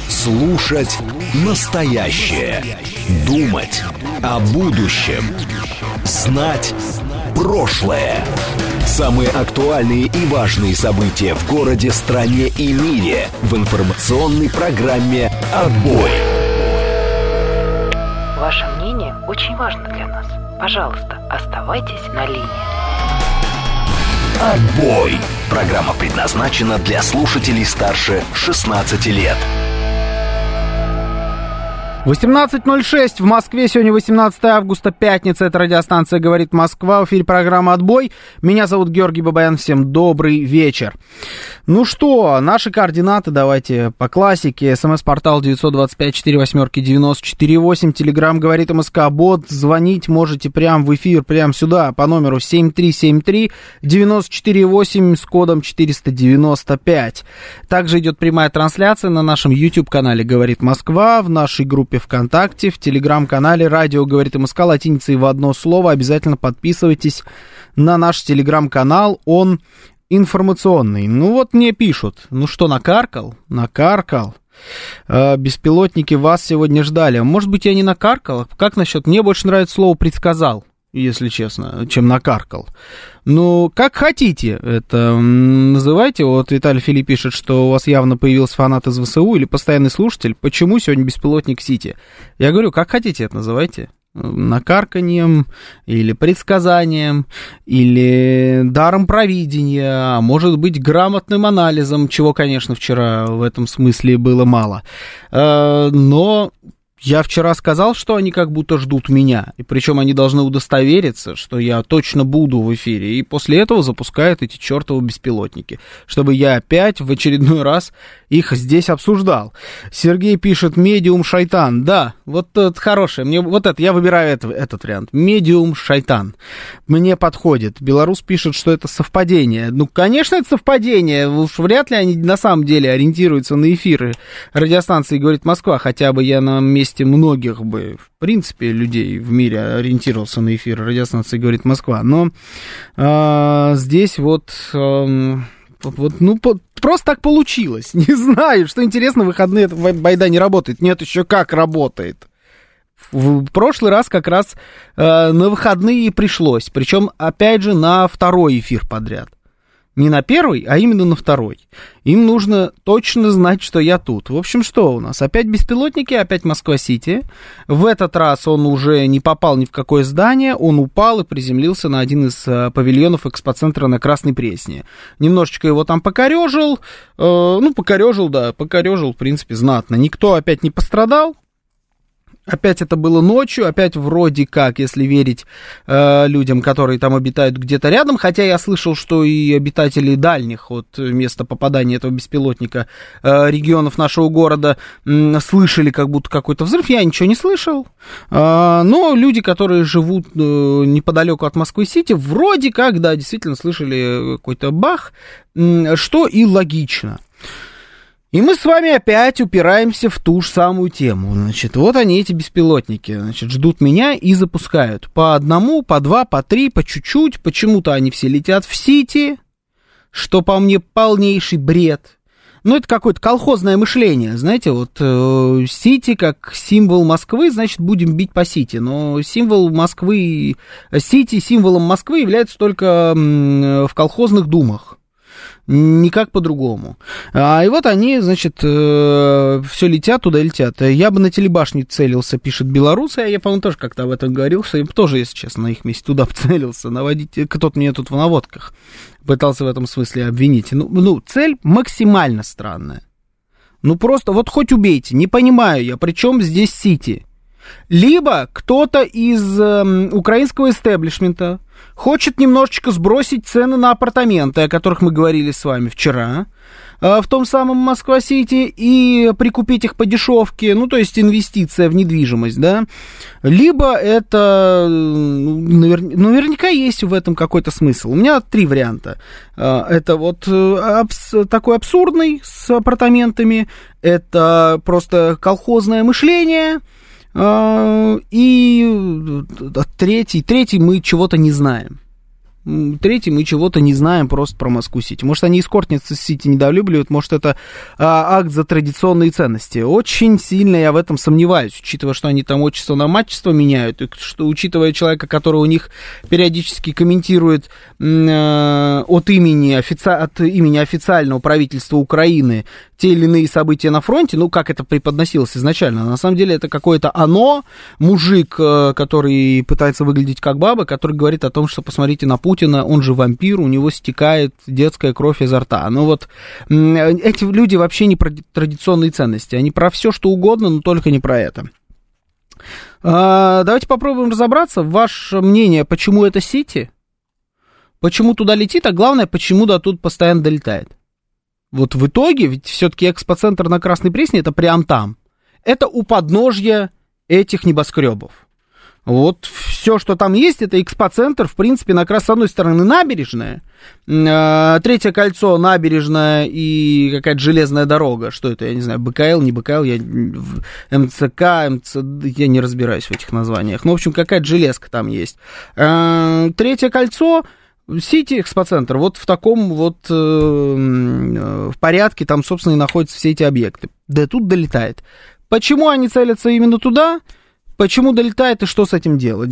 Слушать настоящее. Думать о будущем. Знать прошлое. Самые актуальные и важные события в городе, стране и мире в информационной программе «Отбой». Ваше мнение очень важно для нас. Пожалуйста, оставайтесь на линии. «Отбой». Программа предназначена для слушателей старше 16 лет. 18:06 в Москве. Сегодня 18 августа, пятница. Это радиостанция «Говорит Москва». В эфире программа «Отбой». Меня зовут Георгий Бабаян. Всем добрый вечер. Ну что, наши координаты давайте по классике. СМС-портал 925-48-94-8. Телеграм «Говорит МСК». Бот. Звонить можете прямо в эфир, прямо сюда, по номеру 7373-94-8 с кодом 495. Также идет прямая трансляция на нашем YouTube-канале «Говорит Москва», в нашей группе ВКонтакте, в Телеграм-канале «Радио говорит МСК» латиницей в одно слово. Обязательно подписывайтесь на наш Телеграм-канал, он информационный. Ну вот мне пишут, ну что, накаркал? Накаркал. Беспилотники вас сегодня ждали. Может быть, я не накаркал? Как насчет? Мне больше нравится слово «предсказал», если честно, чем накаркал. Ну, как хотите это называйте. Вот Виталий Филипп пишет, что у вас явно появился фанат из ВСУ или постоянный слушатель. Почему сегодня беспилотник Сити? Я говорю, как хотите это называйте. Накарканьем, или предсказанием, или даром провидения, а может быть грамотным анализом, чего, конечно, вчера в этом смысле было мало. Но я вчера сказал, что они как будто ждут меня, и причем они должны удостовериться, что я точно буду в эфире, и после этого запускают эти чертовы беспилотники, чтобы я опять в очередной раз их здесь обсуждал. Сергей пишет, медиум шайтан. Да, вот это хорошее, мне вот это, я выбираю этот вариант. Медиум шайтан. Мне подходит. Белорус пишет, что это совпадение. Ну, конечно, это совпадение, уж вряд ли они на самом деле ориентируются на эфиры радиостанции «Говорит Москва», хотя бы я на месте многих бы, в принципе, людей в мире ориентировался на эфир радиостанции «Говорит Москва». Но здесь вот, просто так получилось. Не знаю, что интересно, в выходные эта байда не работает. Нет, еще как работает. В прошлый раз как раз на выходные пришлось. Причем, опять же, на второй эфир подряд. Не на первый, а именно на второй. Им нужно точно знать, что я тут. В общем, что у нас? Опять беспилотники, опять Москва-Сити. В этот раз он уже не попал ни в какое здание. Он упал и приземлился на один из павильонов экспоцентра на Красной Пресне. Немножечко его там покорежил. Покорежил, в принципе, знатно. Никто опять не пострадал. Опять это было ночью, опять вроде как, если верить людям, которые там обитают где-то рядом, хотя я слышал, что и обитатели дальних от места попадания этого беспилотника регионов нашего города слышали как будто какой-то взрыв, я ничего не слышал, но люди, которые живут неподалеку от Москвы-Сити, вроде как, да, действительно слышали какой-то бах, что и логично. И мы с вами опять упираемся в ту же самую тему. Значит, вот они, эти беспилотники, значит, ждут меня и запускают. По одному, по два, по три, по чуть-чуть. Почему-то они все летят в Сити, что по мне полнейший бред. Ну, это какое-то колхозное мышление, знаете, вот Сити как символ Москвы, значит, будем бить по Сити. Но символ Москвы, Сити символом Москвы является только в колхозных думах. Никак по-другому. И вот они, значит, все летят, туда летят. Я бы на телебашню целился, пишет белорус. Я, по-моему, тоже как-то об этом говорил, что я бы тоже, если честно, на их месте туда бы целился. Наводить, кто-то меня тут в наводках пытался в этом смысле обвинить. Ну, цель максимально странная. Ну, просто вот хоть убейте. Не понимаю я, при чем здесь Сити? Либо кто-то из украинского истеблишмента хочет немножечко сбросить цены на апартаменты, о которых мы говорили с вами вчера, в том самом Москва-Сити, и прикупить их по дешевке, ну, то есть инвестиция в недвижимость, да, либо это, наверняка есть в этом какой-то смысл. У меня три варианта. Это вот такой абсурдный с апартаментами, это просто колхозное мышление, и третий мы чего-то не знаем. Третий, мы чего-то не знаем просто про Москву-Сити. Может, они эскортницы-Сити недолюбливают, может, это акт за традиционные ценности. Очень сильно я в этом сомневаюсь, учитывая, что они там отчество на матчество меняют, и что, учитывая человека, который у них периодически комментирует от имени официального правительства Украины те или иные события на фронте, ну, как это преподносилось изначально. На самом деле это какое-то мужик, который пытается выглядеть как баба, который говорит о том, что посмотрите на Путина, он же вампир, у него стекает детская кровь изо рта. Ну вот, эти люди вообще не про традиционные ценности, они про все, что угодно, но только не про это. Давайте попробуем разобраться. Ваше мнение, почему это Сити? Почему туда летит, а главное, почему до тут постоянно долетает? Вот в итоге, ведь все-таки экспоцентр на Красной Пресне, это прям там. Это у подножья этих небоскребов. Вот все, что там есть, это экспоцентр, в принципе, с одной стороны набережная, Третье кольцо, набережная и какая-то железная дорога. Что это, я не знаю, БКЛ, не БКЛ, МЦК, я не разбираюсь в этих названиях. Ну, в общем, какая-то железка там есть. Третье кольцо, Сити, экспоцентр, вот в таком вот в порядке там, собственно, и находятся все эти объекты. Да тут долетает. Почему они целятся именно туда? Почему долетает и что с этим делать?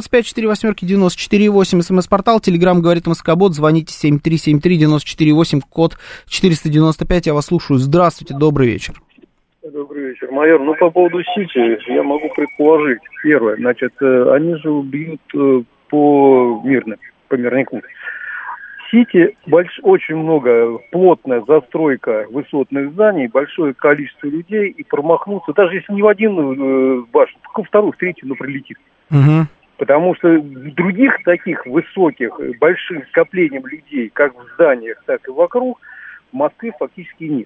925-48-94-8, смс-портал, телеграм говорит Москобот, звоните 7373-94-8, код 495, я вас слушаю. Здравствуйте, добрый вечер. Добрый вечер, майор. Ну, по поводу Сити, я могу предположить. Первое, значит, они же бьют по мирнику. Сити очень много, плотная застройка высотных зданий, большое количество людей, и промахнуться, даже если не в один башню, в вторую, в третью, но прилетит. Угу. Потому что других таких высоких, больших скоплением людей, как в зданиях, так и вокруг, в Москве фактически нет.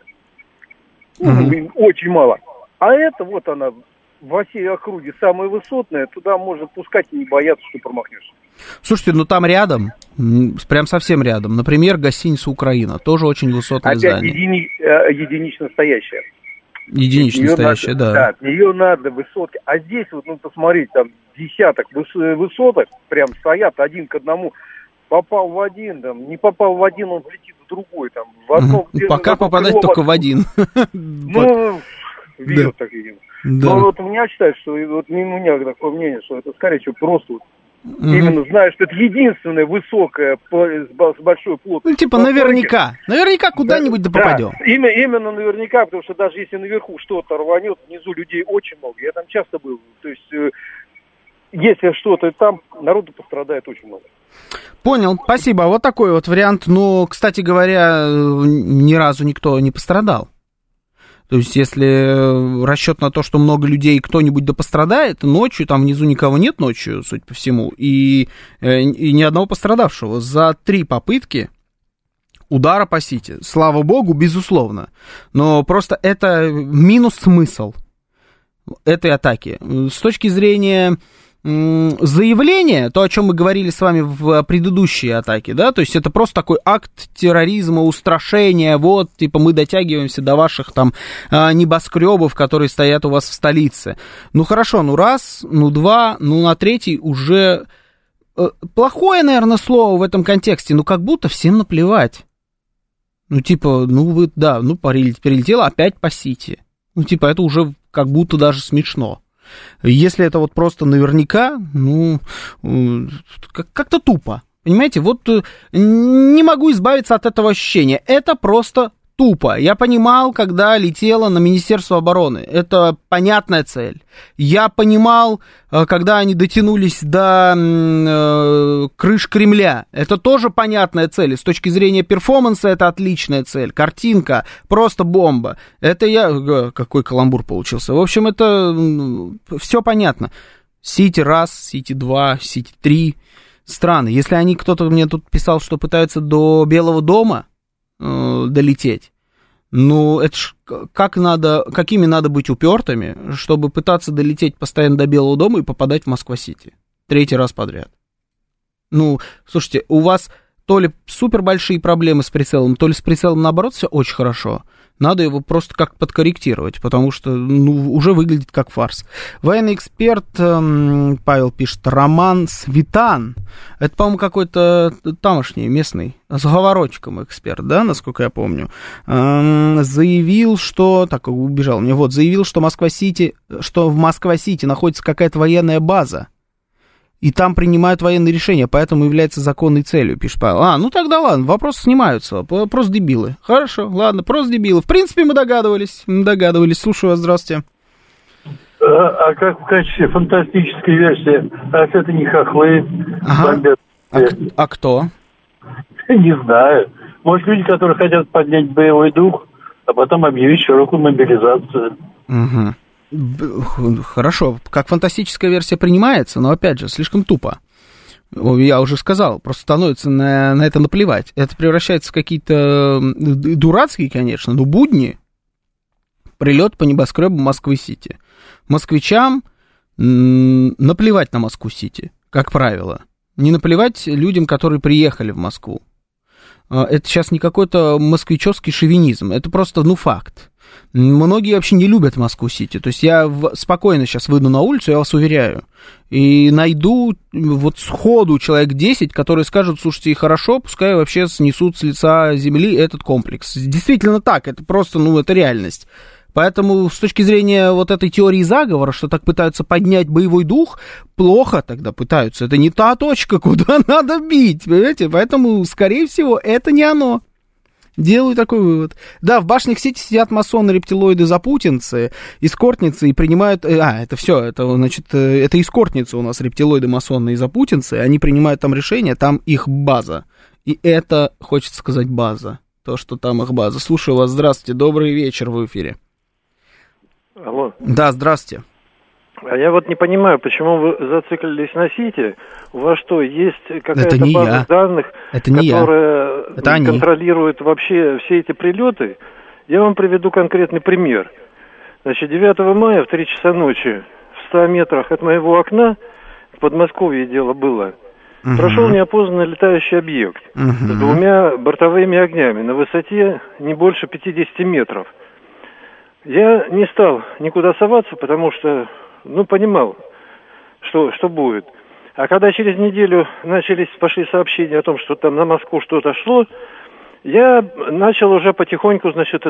Очень мало. А это вот она во всей округе самая высотная, туда можно пускать и не бояться, что промахнешься. Слушайте, ну там рядом, прям совсем рядом, например, гостиница «Украина», тоже очень высотное здание. Единично стоящая. Единично стоящая, да. Да, ее надо высотки. А здесь вот, ну, посмотрите, там десяток высоток прям стоят один к одному. Попал в один, там, не попал в один, он влетит в другой. Там, в одно, пока попадать только в один. Ну, видео так видим. Но вот у меня считают, что вот у меня такое мнение, что это, скорее всего, просто именно знаю, что это единственное высокое с большой плотностью. Ну, типа наверняка. Наверняка куда-нибудь да попадем. Да, именно наверняка, потому что даже если наверху что-то рванет, внизу людей очень много. Я там часто был. То есть, если что-то там, народу пострадает очень много. Понял, спасибо. Вот такой вот вариант. Но, кстати говоря, ни разу никто не пострадал. То есть, если расчет на то, что много людей, кто-нибудь да пострадает, ночью, там внизу никого нет ночью, судя по всему, и ни одного пострадавшего. За 3 попытки удара по Сити. Слава богу, безусловно. Но просто это минус смысл этой атаки. С точки зрения заявление, то, о чем мы говорили с вами в предыдущей атаке, да, то есть это просто такой акт терроризма, устрашения, вот, типа, мы дотягиваемся до ваших там небоскребов, которые стоят у вас в столице. Ну, хорошо, ну, раз, ну, два, ну, на третий уже плохое, наверное, слово в этом контексте, ну, как будто всем наплевать. Ну, типа, ну, вы, да, ну, перелетело опять по Сити. Ну, типа, это уже как будто даже смешно. Если это вот просто наверняка, ну, как-то тупо, понимаете? Вот не могу избавиться от этого ощущения. Это просто тупо. Я понимал, когда летела на Министерство обороны. Это понятная цель. Я понимал, когда они дотянулись до крыш Кремля. Это тоже понятная цель. С точки зрения перформанса это отличная цель. Картинка, просто бомба. Это я... Какой каламбур получился. В общем, это все понятно. Сити раз, Сити 2, Сити 3. Странно. Если они, кто-то мне тут писал, что пытаются до Белого дома долететь. Ну, это ж какими надо быть упертыми, чтобы пытаться долететь постоянно до Белого дома и попадать в Москва-Сити. 3-й раз подряд. Ну, слушайте, у вас то ли супер большие проблемы с прицелом, то ли с прицелом, наоборот, все очень хорошо. Надо его просто как-то подкорректировать, потому что уже выглядит как фарс. Военный эксперт, Павел пишет, Роман Светан. Это, по-моему, какой-то тамошний, местный, с говорочком эксперт, да, насколько я помню. Заявил, что... Так, убежал мне. Вот, заявил, что в Москва-Сити находится какая-то военная база. И там принимают военные решения, поэтому является законной целью, пишет Павел. Ну тогда ладно, вопросы снимаются, просто дебилы. Хорошо, ладно, просто дебилы. В принципе, мы догадывались. Слушаю вас, здравствуйте. А как в качестве фантастической версии, это не хохлы, бомбят? А кто? Не знаю. Может, люди, которые хотят поднять боевой дух, а потом объявить широкую мобилизацию. Угу. Хорошо, как фантастическая версия принимается, но, опять же, слишком тупо. Я уже сказал, просто становится на это наплевать. Это превращается в какие-то дурацкие, конечно, но будни. Прилет по небоскребу Москвы-Сити. Москвичам наплевать на Москву-Сити, как правило. Не наплевать людям, которые приехали в Москву. Это сейчас не какой-то москвичевский шовинизм, это просто, факт. Многие вообще не любят Москву-Сити. То есть я спокойно сейчас выйду на улицу, я вас уверяю, и найду вот сходу человек 10, которые скажут: слушайте, хорошо, пускай вообще снесут с лица земли этот комплекс. Действительно так, это просто, это реальность. Поэтому с точки зрения вот этой теории заговора, что так пытаются поднять боевой дух, плохо тогда пытаются. Это не та точка, куда надо бить, понимаете? Поэтому, скорее всего, это не оно. Делаю такой вывод. Да, в башнях Сити сидят масоны, рептилоиды, запутинцы, эскортницы и принимают... это все, это эскортницы у нас, рептилоиды, масоны и запутинцы. Они принимают там решения, там их база. И это, хочется сказать, база. То, что там их база. Слушаю вас, здравствуйте, добрый вечер, в эфире. Алло. Да, здравствуйте. А я вот не понимаю, почему вы зациклились на Сити? У вас что, есть какая-то база данных, которая контролирует вообще все эти прилеты? Я вам приведу конкретный пример. Значит, 9 мая в 3 часа ночи в 100 метрах от моего окна, в Подмосковье дело было, прошел неопознанный летающий объект с 2 бортовыми огнями на высоте не больше 50 метров. Я не стал никуда соваться, потому что, понимал, что будет. А когда через неделю пошли сообщения о том, что там на Москву что-то шло, я начал уже потихоньку,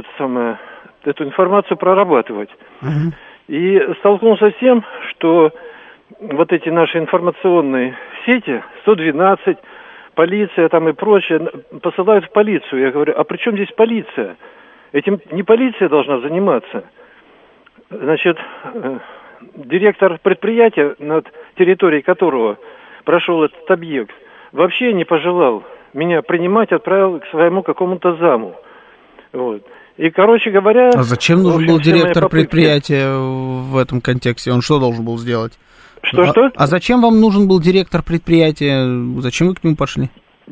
эту информацию прорабатывать. И столкнулся с тем, что вот эти наши информационные сети, 112, полиция там и прочее, посылают в полицию. Я говорю, а при чем здесь полиция? Этим не полиция должна заниматься. Значит, директор предприятия, над территорией которого прошел этот объект, вообще не пожелал меня принимать, отправил к своему какому-то заму. Вот. И, короче говоря... А зачем нужен был директор предприятия в этом контексте? Он что должен был сделать? Что? А зачем вам нужен был директор предприятия? Зачем вы к нему пошли?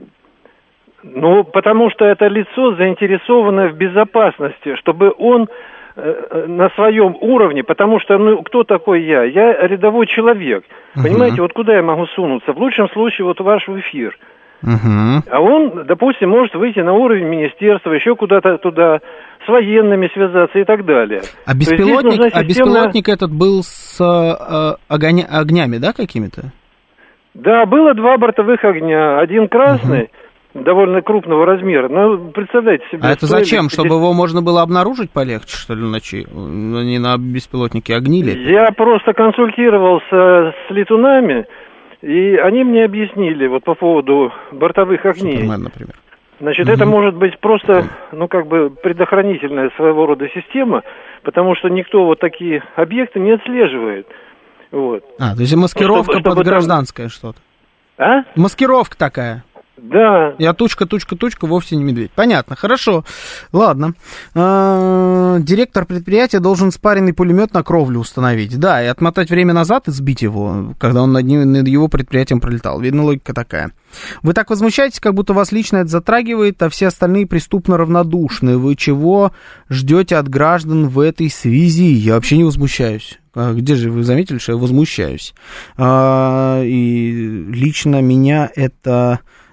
Потому что это лицо заинтересованное в безопасности, чтобы он на своем уровне, потому что, кто такой я? Я рядовой человек. Понимаете, вот куда я могу сунуться? В лучшем случае вот ваш эфир. А он, допустим, может выйти на уровень министерства, еще куда-то туда, с военными связаться и так далее. А беспилотник этот был с огнями, да, какими-то? Да, было 2 бортовых огня. Один красный, довольно крупного размера. Представляете себе... А это зачем? Чтобы его можно было обнаружить полегче, что ли, ночи? Они на беспилотнике огнили? Я просто консультировался с летунами, и они мне объяснили вот по поводу бортовых огней. Супермен, например. Значит, это может быть просто, предохранительная своего рода система, потому что никто вот такие объекты не отслеживает. Вот. То есть маскировка под гражданское что-то? А? Маскировка такая. Да. Я тучка, вовсе не медведь. Понятно, хорошо. Ладно. Директор предприятия должен спаренный пулемет на кровлю установить. Да, и отмотать время назад и сбить его, когда он над его предприятием пролетал. Видно, логика такая. Вы так возмущаетесь, как будто вас лично это затрагивает, а все остальные преступно равнодушны. Вы чего ждете от граждан в этой связи? Я вообще не возмущаюсь. Где же вы заметили, что я возмущаюсь? И лично меня это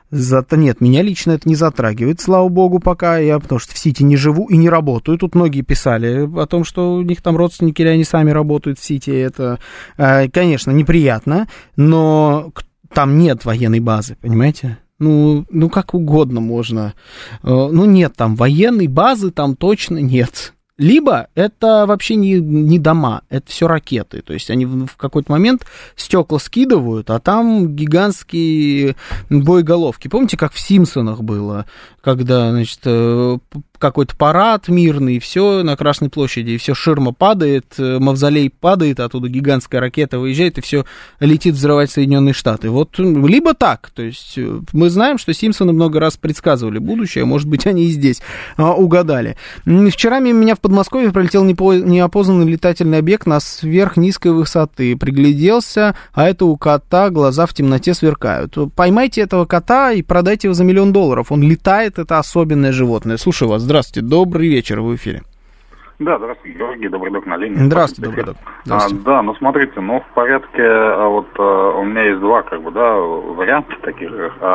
Зато нет, меня лично это не затрагивает, слава богу, пока я, потому что в Сити не живу и не работаю. Тут многие писали о том, что у них там родственники или они сами работают в Сити. Это, конечно, неприятно, но там нет военной базы, понимаете? Ну, как угодно можно. Ну, нет там военной базы, там точно нет. Либо это вообще не дома, это все ракеты. То есть они в какой-то момент стекла скидывают, а там гигантские боеголовки. Помните, как в «Симпсонах» было, когда, значит, какой-то парад мирный, и все на Красной площади, и все, ширма падает, мавзолей падает, оттуда гигантская ракета выезжает, и все летит взрывать Соединенные Штаты. Вот либо так, то есть мы знаем, что «Симпсоны» много раз предсказывали будущее, может быть, они и здесь угадали. Вчера мимо меня в Подмосковье пролетел неопознанный летательный объект на сверхнизкой высоты. Пригляделся, а это у кота глаза в темноте сверкают. Поймайте этого кота и продайте его за $1 миллион. Он летает, это особенное животное. Слушаю вас. Здравствуйте. Добрый вечер. Вы в эфире. Да, здравствуйте, Георгий, добрый док на линии. Здравствуйте, добрый док. Да, ну смотрите, в порядке, у меня есть два, варианта таких,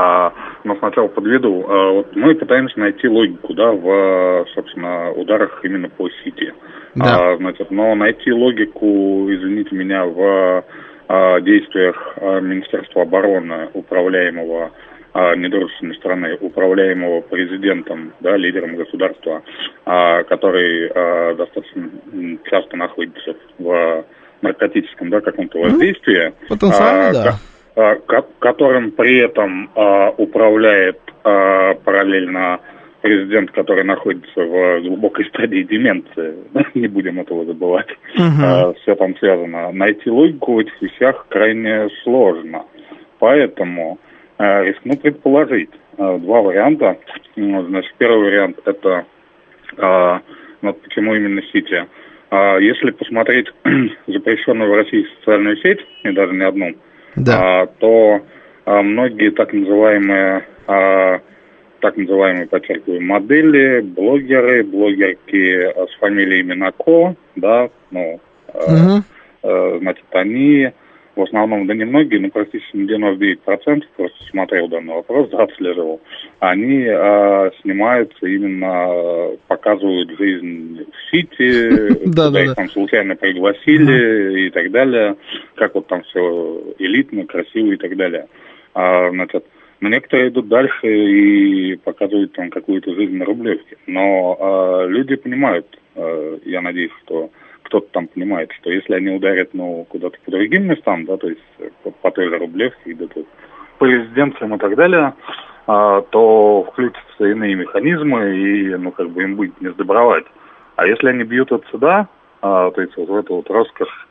но сначала подведу. Мы пытаемся найти логику, в, собственно, ударах именно по Сити. Да. Но найти логику, извините меня, в действиях Министерства обороны, управляемого недружественной страны, управляемого президентом, лидером государства, который достаточно часто находится в наркотическом, каком-то воздействии, потенциально, которым при этом управляет параллельно президент, который находится в глубокой стадии деменции, не будем этого забывать, все там связано. Найти логику в этих вещах крайне сложно, поэтому рискну предположить два варианта. Значит, первый вариант – это почему именно Сити. Если посмотреть запрещенную в России социальную сеть, и даже не одну, то многие так называемые, подчеркиваю, модели, блогерки с фамилиями Нако, значит, они... В основном, немногие, но практически 99%, просто смотрел данный вопрос, отслеживал, они снимаются именно, показывают жизнь в Сити, куда их там случайно пригласили и так далее, как вот там все элитно, красиво и так далее. Но некоторые идут дальше и показывают там какую-то жизнь на Рублевке. Но люди понимают, я надеюсь, что кто-то там понимает, что если они ударят, куда-то по другим местам, то есть по той же Рублевке, где-то по резиденциям и так далее, то включатся иные механизмы, и, им будет не сдобровать. А если они бьют отсюда, то есть вот в эту вот роскошь,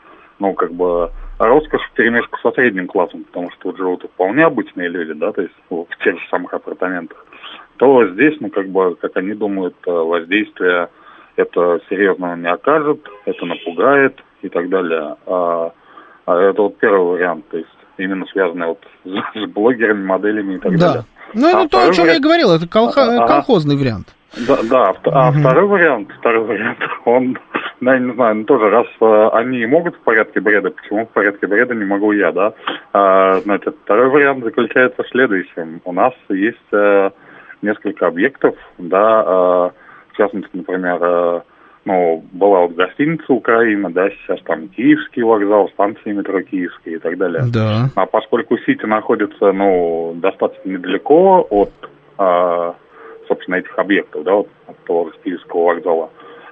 роскошь вперемешку со средним классом, потому что тут живут вполне обычные люди, то есть в тех же самых апартаментах, то здесь, как они думают, воздействие это серьезно не окажет, это напугает и так далее. Это вот первый вариант, то есть именно связанный с блогерами, моделями и так далее. Это то, о чем я говорил, это колхозный вариант. Второй вариант, он, не знаю, тоже, раз они могут в порядке бреда, почему в порядке бреда не могу я, Значит, второй вариант заключается в следующем. У нас есть несколько объектов, в частности, например, была гостиница Украина, сейчас там Киевский вокзал, станции метро Киевские и так далее. Да. А поскольку Сити находится, достаточно недалеко от, собственно, этих объектов, от того же Киевского вокзала,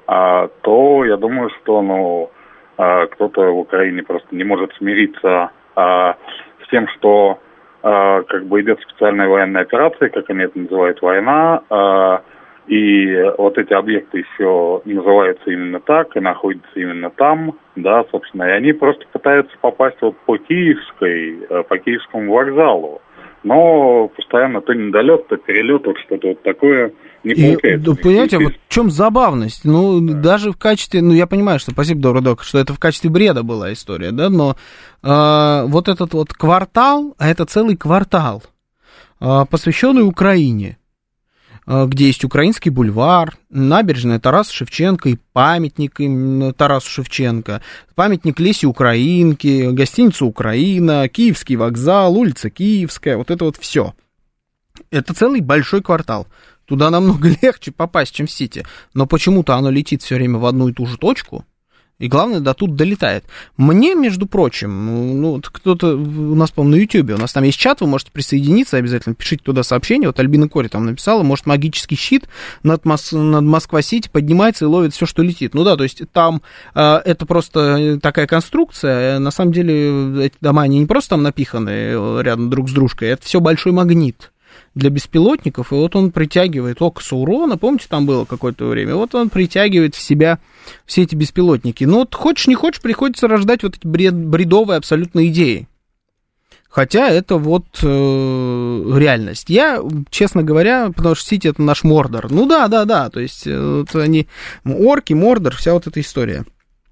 то я думаю, что, кто-то в Украине просто не может смириться с тем, что, идет специальная военная операция, как они это называют, война, и вот эти объекты еще называются именно так, и находятся именно там, собственно, и они просто пытаются попасть по Киевскому вокзалу, но постоянно то недолет, то перелет, что-то такое не получается. Понимаете, вот в чем забавность? Даже в качестве, я понимаю, что, спасибо, добрый док, что это в качестве бреда была история, но вот этот вот квартал, а это целый квартал, посвященный Украине, где есть Украинский бульвар, набережная Тараса Шевченко и памятник им Тарасу Шевченко, памятник Лесе Украинке, гостиница Украина, Киевский вокзал, улица Киевская, вот это вот все. Это целый большой квартал. Туда намного легче попасть, чем в Сити. Но почему-то оно летит все время в одну и ту же точку. И главное, до тут долетает. Мне, между прочим, ну, кто-то у нас, по-моему, на Ютьюбе, у нас там есть чат, вы можете присоединиться, обязательно пишите туда сообщение. Вот Альбина Кори там написала, может, магический щит над Москва-Сити поднимается и ловит все, что летит. Ну да, то есть там это просто такая конструкция. На самом деле эти дома, они не просто там напиханы рядом друг с дружкой, это все большой магнит для беспилотников, и вот он притягивает око Саурона, помните, там было какое-то время, вот он притягивает в себя все эти беспилотники. Но вот хочешь не хочешь, приходится рождать вот эти бредовые абсолютно идеи. Хотя это вот реальность. Я, честно говоря, потому что Сити это наш Мордор. Ну да, то есть вот они, орки, Мордор, вся вот эта история.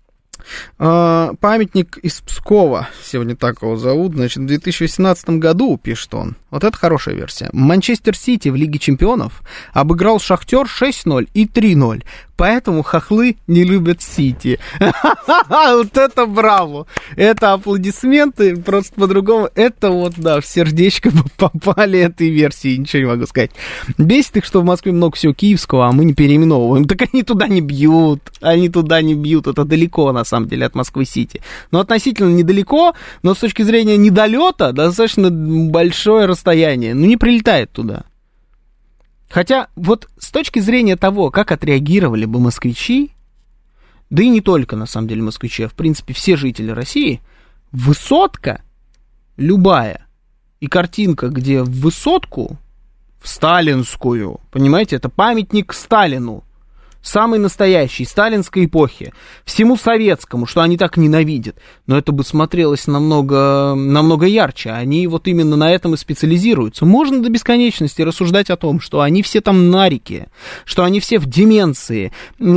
Памятник из Пскова, сегодня так его зовут, значит, в 2018 году, пишет он, вот это хорошая версия. Манчестер Сити в Лиге Чемпионов обыграл Шахтер 6-0 и 3-0, поэтому хохлы не любят Сити. Вот это браво! Это аплодисменты, просто по-другому, это вот, да, в сердечко попали этой версии, ничего не могу сказать. Бесит их, что в Москве много всего киевского, а мы не переименовываем. Так они туда не бьют, это далеко, на самом деле, от Москвы-Сити. Но относительно недалеко, но с точки зрения недолета достаточно большое расстояние. Ну, не прилетает туда. Хотя вот с точки зрения того, как отреагировали бы москвичи, да и не только, на самом деле, москвичи, а в принципе все жители России, высотка любая и картинка, где в высотку, в сталинскую, понимаете, это памятник Сталину, самый настоящий, сталинской эпохи, всему советскому, что они так ненавидят. Но это бы смотрелось намного ярче. Они вот именно на этом и специализируются. Можно до бесконечности рассуждать о том, что они все там нарики, что они все в деменции,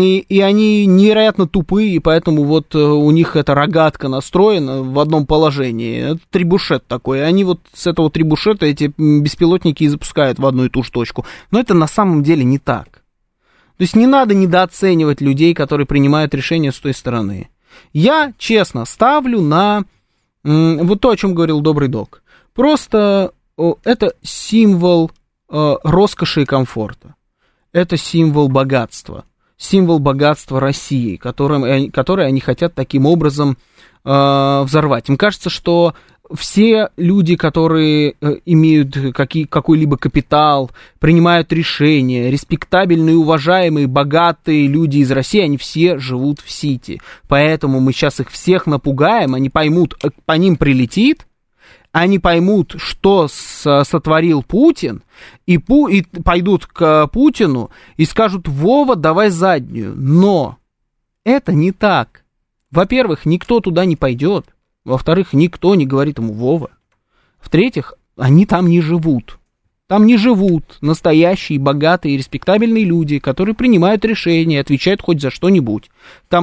и они невероятно тупые, и поэтому вот у них эта рогатка настроена в одном положении. Это трибушет такой. И они вот с этого трибушета эти беспилотники и запускают в одну и ту же точку. Но это на самом деле не так. То есть не надо недооценивать людей, которые принимают решения с той стороны. Я, честно, ставлю на вот то, о чем говорил Добрый Док. Просто это символ роскоши и комфорта. Это символ богатства. Символ богатства России, который они хотят таким образом взорвать. Им кажется, что все люди, которые имеют какой-либо капитал, принимают решения, респектабельные, уважаемые, богатые люди из России, они все живут в Сити. Поэтому мы сейчас их всех напугаем, они поймут, по ним прилетит, они поймут, что сотворил Путин, и пойдут к Путину и скажут: Вова, давай заднюю. Но это не так. Во-первых, никто туда не пойдет. Во-вторых, никто не говорит ему: Вова. В-третьих, они там не живут. Там не живут настоящие, богатые, респектабельные люди, которые принимают решения, отвечают хоть за что-нибудь.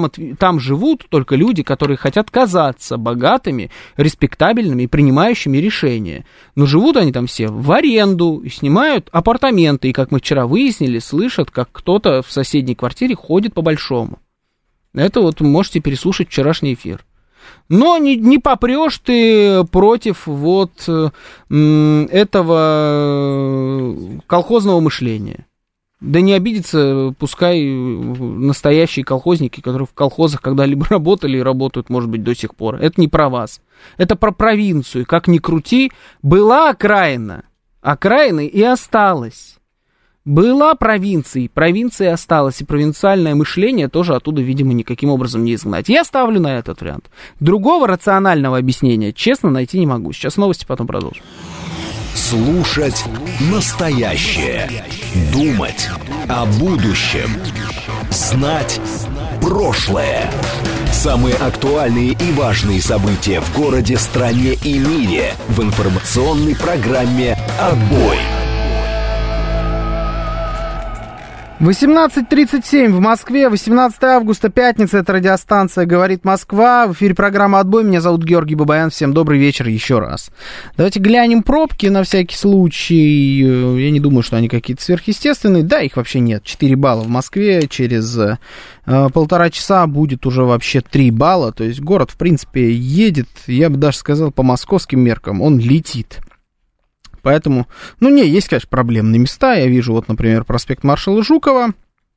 Там живут только люди, которые хотят казаться богатыми, респектабельными и принимающими решения. Но живут они там все в аренду, и снимают апартаменты, и, как мы вчера выяснили, слышат, как кто-то в соседней квартире ходит по-большому. Это вот можете переслушать вчерашний эфир. Но не попрешь ты против вот этого колхозного мышления. Да не обидятся, пускай настоящие колхозники, которые в колхозах когда-либо работали и работают, может быть, до сих пор. Это не про вас. Это про провинцию. Как ни крути, была окраина. Окраиной и осталась. Была провинция осталась, и провинциальное мышление тоже оттуда, видимо, никаким образом не изгнать. Я ставлю на этот вариант. Другого рационального объяснения, честно, найти не могу. Сейчас новости, потом продолжим. Слушать настоящее. Думать о будущем. Знать прошлое. Самые актуальные и важные события в городе, стране и мире в информационной программе «Отбой». 18:37 в Москве, 18 августа, пятница, это радиостанция «Говорит Москва», в эфире программа «Отбой», меня зовут Георгий Бабаян, всем добрый вечер еще раз. Давайте глянем пробки на всякий случай, я не думаю, что они какие-то сверхъестественные, да, их вообще нет, 4 балла в Москве, через полтора часа будет уже вообще 3 балла, то есть город, в принципе, едет, я бы даже сказал, по московским меркам, он летит. Поэтому, есть, конечно, проблемные места. Я вижу, вот, например, проспект маршала Жукова.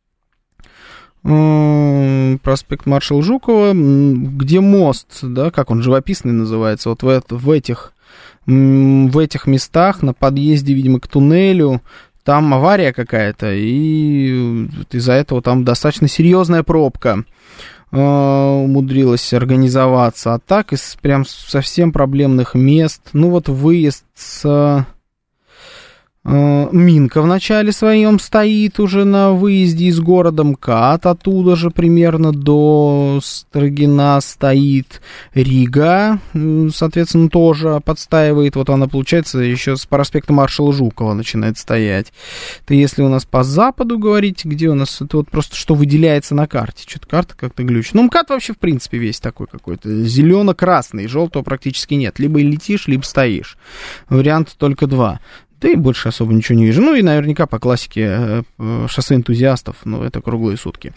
Проспект маршала Жукова, где мост, да, как он живописный называется, вот в этих местах на подъезде, видимо, к туннелю, там авария какая-то, и из-за этого там достаточно серьезная пробка умудрилась организоваться. А так, из прям совсем проблемных мест, выезд с... Минка в начале своем стоит уже на выезде из города, МКАД оттуда же примерно до Строгина стоит, Рига, соответственно, тоже подстаивает, вот она, получается, еще с проспекта маршала Жукова начинает стоять. Это если у нас по западу говорить, где у нас, это вот просто что выделяется на карте, что-то карта как-то глючит. МКАД вообще, в принципе, весь такой какой-то, зелено-красный, желтого практически нет, либо летишь, либо стоишь, вариант только два. Да и больше особо ничего не вижу. И наверняка по классике шоссе энтузиастов, это круглые сутки.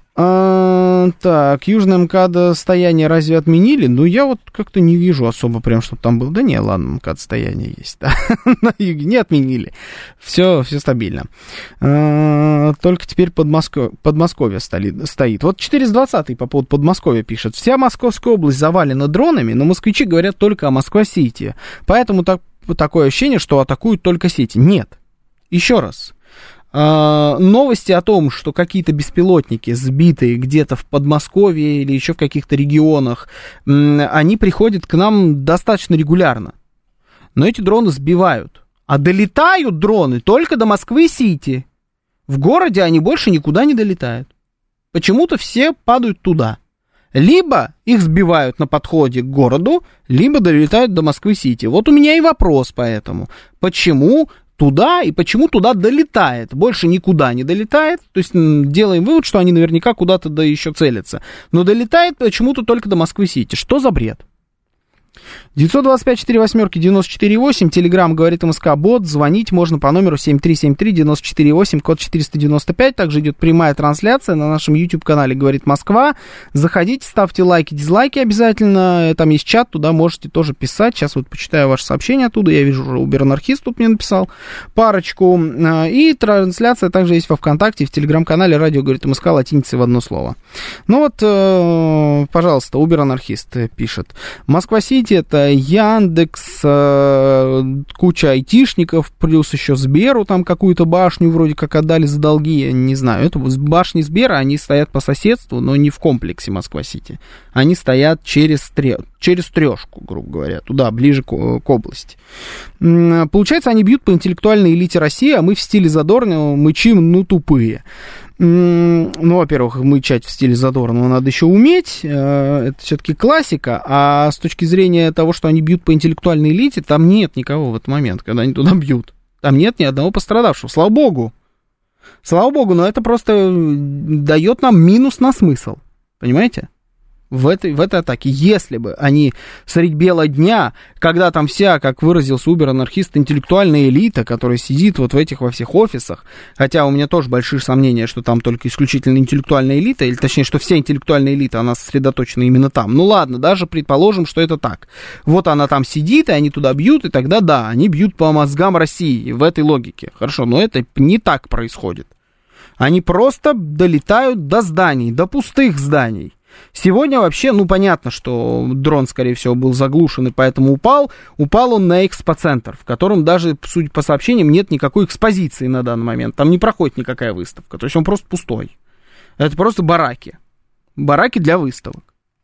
Так, Южное МКАД стояние разве отменили? Я вот как-то не вижу особо прям, чтобы там было. Да не, ладно, МКАД стояние есть. Да. На юге не отменили. Все стабильно. Только теперь Подмосковье стоит. Вот 420-й по поводу Подмосковья пишет. Вся Московская область завалена дронами, но москвичи говорят только о Москва-Сити. Поэтому такое ощущение, что атакуют только сети. Нет. Еще раз. Новости о том, что какие-то беспилотники сбитые где-то в Подмосковье или еще в каких-то регионах, они приходят к нам достаточно регулярно. Но эти дроны сбивают. А долетают дроны только до Москвы-Сити. В городе они больше никуда не долетают. Почему-то все падают туда. Либо их сбивают на подходе к городу, либо долетают до Москвы-Сити. Вот у меня и вопрос поэтому. Почему туда и почему туда долетает? Больше никуда не долетает. То есть делаем вывод, что они наверняка куда-то еще целятся. Но долетает почему-то только до Москвы-Сити. Что за бред? 925-48-94-8, Телеграм говорит МСК-бот, звонить можно по номеру 7373-94-8, код 495, также идет прямая трансляция на нашем YouTube-канале «Говорит Москва», заходите, ставьте лайки, дизлайки обязательно, там есть чат, туда можете тоже писать, сейчас вот почитаю ваши сообщения оттуда, я вижу, уже Убер-анархист тут мне написал парочку, и трансляция также есть во ВКонтакте, в Телеграм-канале «Радио говорит МСК» латиницей в одно слово. Пожалуйста, Убер-анархист пишет, Москва-Сити это Яндекс, куча айтишников, плюс еще Сберу там какую-то башню вроде как отдали за долги, я не знаю. Это башни Сбера, они стоят по соседству, но не в комплексе Москва-Сити. Они стоят через трешку, грубо говоря, туда, ближе к области. Получается, они бьют по интеллектуальной элите России, а мы в стиле Задорнова мычим, тупые. Во-первых, мычать в стиле Задорнова надо еще уметь, это все-таки классика, а с точки зрения того, что они бьют по интеллектуальной элите, там нет никого в этот момент, когда они туда бьют. Там нет ни одного пострадавшего, слава богу. Слава богу, но это просто дает нам минус на смысл, понимаете? В этой атаке, если бы они средь бела дня, когда там вся, как выразился Убер-анархист, интеллектуальная элита, которая сидит вот во всех офисах, хотя у меня тоже большие сомнения, что там только исключительно интеллектуальная элита, или точнее, что вся интеллектуальная элита, она сосредоточена именно там. Ну ладно, даже предположим, что это так. Вот она там сидит, и они туда бьют, и тогда да, они бьют по мозгам России в этой логике. Хорошо, но это не так происходит. Они просто долетают до зданий, до пустых зданий. Сегодня вообще, понятно, что дрон, скорее всего, был заглушен и поэтому упал. Упал он на экспоцентр, в котором даже, судя по сообщениям, нет никакой экспозиции на данный момент. Там не проходит никакая выставка. То есть он просто пустой. Это просто бараки. Бараки для выставок.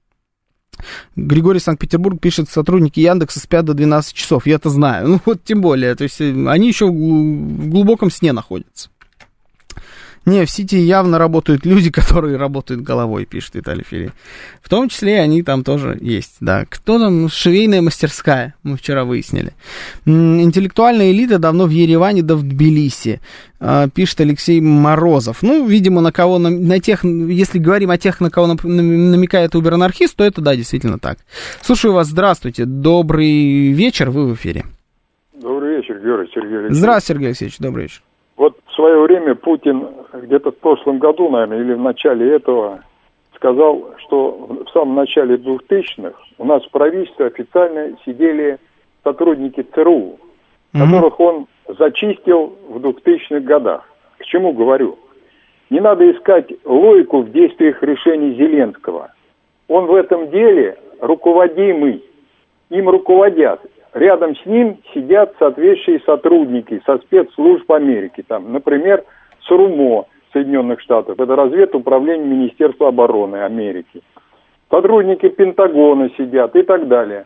Григорий Санкт-Петербург пишет, сотрудники Яндекса спят до 12 часов. Я-то знаю. Тем более. То есть они еще в глубоком сне находятся. Не, в Сити явно работают люди, которые работают головой, пишет Виталий Филин. В том числе они там тоже есть, да. Кто там? Швейная мастерская, мы вчера выяснили. Интеллектуальная элита давно в Ереване да в Тбилиси, пишет Алексей Морозов. Видимо, на тех, если говорим о тех, на кого намекает Убер-анархист, то это, да, действительно так. Слушаю вас, здравствуйте, добрый вечер, вы в эфире. Добрый вечер, Георгий Сергеевич. Здравствуйте, Сергей Алексеевич, добрый вечер. Вот в свое время Путин где-то в прошлом году, наверное, или в начале этого сказал, что в самом начале 2000-х у нас в правительстве официально сидели сотрудники ЦРУ. которых он зачистил в 2000-х годах. К чему говорю? Не надо искать логику в действиях решений Зеленского. Он в этом деле руководимый, им руководят. Рядом с ним сидят соответствующие сотрудники со спецслужб Америки. Там, например, СРУМО Соединенных Штатов, это разведуправление Министерства обороны Америки. Сотрудники Пентагона сидят и так далее.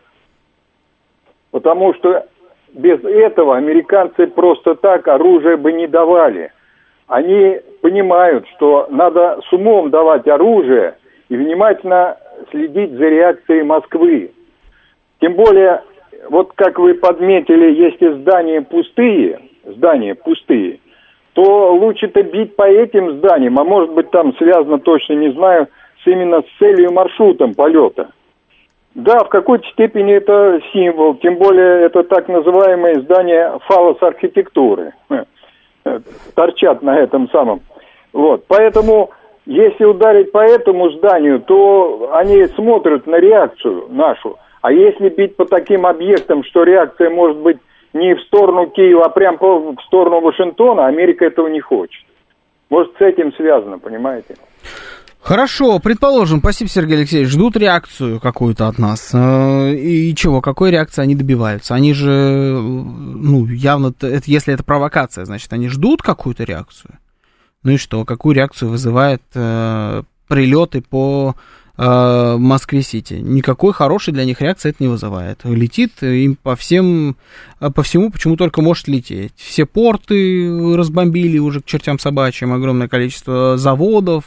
Потому что без этого американцы просто так оружие бы не давали. Они понимают, что надо с умом давать оружие и внимательно следить за реакцией Москвы. Тем более, вот как вы подметили, если здания пустые, то лучше-то бить по этим зданиям, а может быть там связано, точно не знаю, именно с целью маршрутом полета. Да, в какой-то степени это символ, тем более это так называемые здания фаллос-архитектуры. Торчат на этом самом. Вот. Поэтому, если ударить по этому зданию, то они смотрят на реакцию нашу. А если бить по таким объектам, что реакция может быть не в сторону Киева, а прям в сторону Вашингтона, Америка этого не хочет. Может, с этим связано, понимаете? Хорошо, предположим, спасибо, Сергей Алексеевич, ждут реакцию какую-то от нас. И чего, какой реакции они добиваются? Они же, явно, если это провокация, значит, они ждут какую-то реакцию. Ну и что, какую реакцию вызывает прилеты по Москве-Сити? Никакой хорошей для них реакции это не вызывает. Летит им по всему, почему только может лететь. Все порты разбомбили уже к чертям собачьим, огромное количество заводов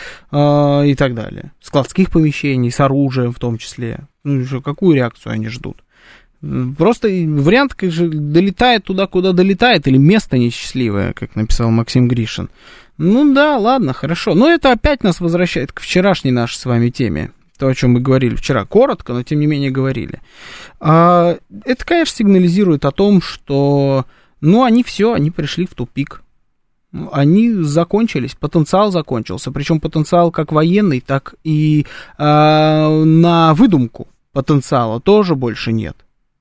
и так далее. Складских помещений с оружием в том числе. Какую реакцию они ждут? Просто вариант, как же, долетает туда, куда долетает, или место несчастливое, как написал Максим Гришин. Ну да, ладно, хорошо. Но это опять нас возвращает к вчерашней нашей с вами теме. То, о чем мы говорили вчера. Коротко, но тем не менее говорили. Это, конечно, сигнализирует о том, что, они пришли в тупик. Они закончились, потенциал закончился. Причем потенциал как военный, так и на выдумку потенциала тоже больше нет.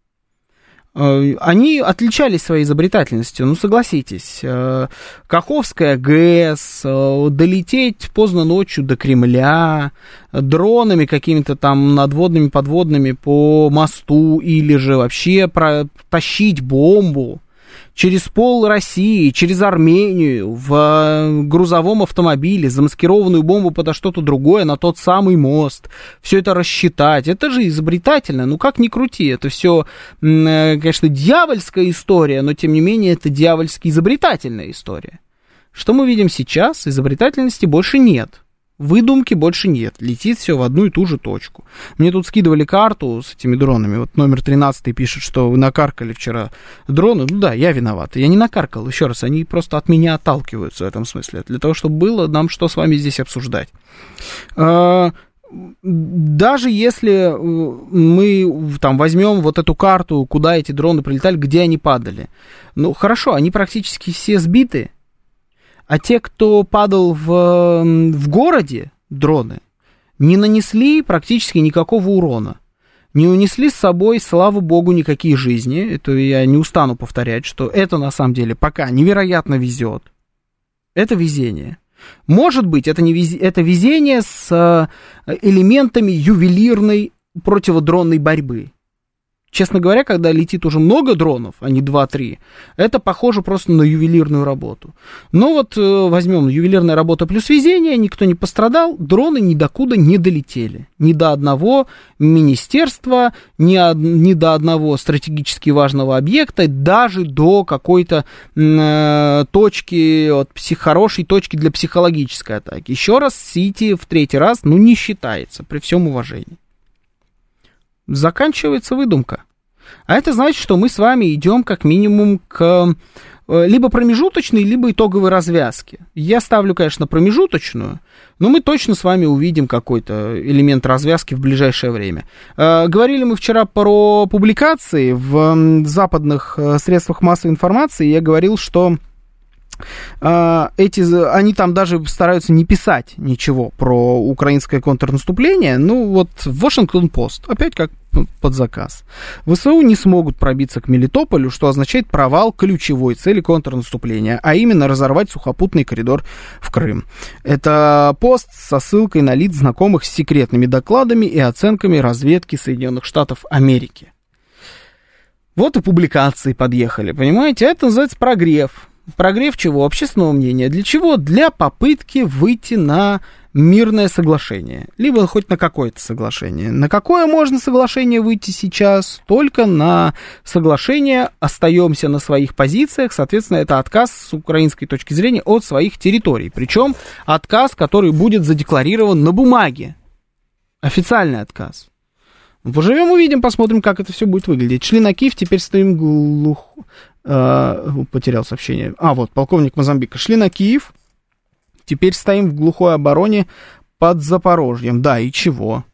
Они отличались своей изобретательностью, согласитесь. Каховская ГЭС, долететь поздно ночью до Кремля, дронами какими-то там надводными, подводными по мосту, или же вообще протащить бомбу через пол России, через Армению, в грузовом автомобиле, замаскированную бомбу подо что-то другое, на тот самый мост, все это рассчитать, это же изобретательно, как ни крути, это все, конечно, дьявольская история, но тем не менее это дьявольски изобретательная история. Что мы видим сейчас? Изобретательности больше нет. Выдумки больше нет, летит все в одну и ту же точку. Мне тут скидывали карту с этими дронами, вот номер 13 пишет, что вы накаркали вчера дроны. Да, я виноват, я не накаркал, еще раз, они просто от меня отталкиваются в этом смысле, для того, чтобы было нам что с вами здесь обсуждать. Даже если мы там возьмем вот эту карту, куда эти дроны прилетали, где они падали, хорошо, они практически все сбиты. А те, кто падал в городе, дроны, не нанесли практически никакого урона. Не унесли с собой, слава богу, никакие жизни. Это я не устану повторять, что это на самом деле пока невероятно везет. Это везение. Может быть, это везение с элементами ювелирной противодронной борьбы. Честно говоря, когда летит уже много дронов, а не 2-3, это похоже просто на ювелирную работу. Но возьмем ювелирная работа плюс везение, никто не пострадал, дроны ни докуда не долетели. Ни до одного министерства, ни до одного стратегически важного объекта, даже до какой-то точки, хорошей точки для психологической атаки. Еще раз, Сити в третий раз, не считается, при всем уважении. Заканчивается выдумка. А это значит, что мы с вами идем как минимум к либо промежуточной, либо итоговой развязке. Я ставлю, конечно, промежуточную, но мы точно с вами увидим какой-то элемент развязки в ближайшее время. Говорили мы вчера про публикации в западных средствах массовой информации. Я говорил, что они там даже стараются не писать ничего про украинское контрнаступление. Ну, вот Вашингтон-Пост, опять как под заказ. ВСУ не смогут пробиться к Мелитополю, что означает провал ключевой цели контрнаступления, а именно разорвать сухопутный коридор в Крым. Это пост со ссылкой на лиц, знакомых с секретными докладами и оценками разведки Соединенных Штатов Америки. Вот и публикации подъехали, понимаете? Это называется прогрев. Прогрев чего? Общественного мнения. Для чего? Для попытки выйти на мирное соглашение. Либо хоть на какое-то соглашение. На какое можно соглашение выйти сейчас? Только на соглашение остаемся на своих позициях. Соответственно, это отказ с украинской точки зрения от своих территорий. Причем отказ, который будет задекларирован на бумаге. Официальный отказ. Поживем, увидим, посмотрим, как это все будет выглядеть. Шли на Киев, теперь стоим глухо. Потерял сообщение. Вот, полковник Мозамбика. Шли на Киев, теперь стоим в глухой обороне под Запорожьем. Да, и чего?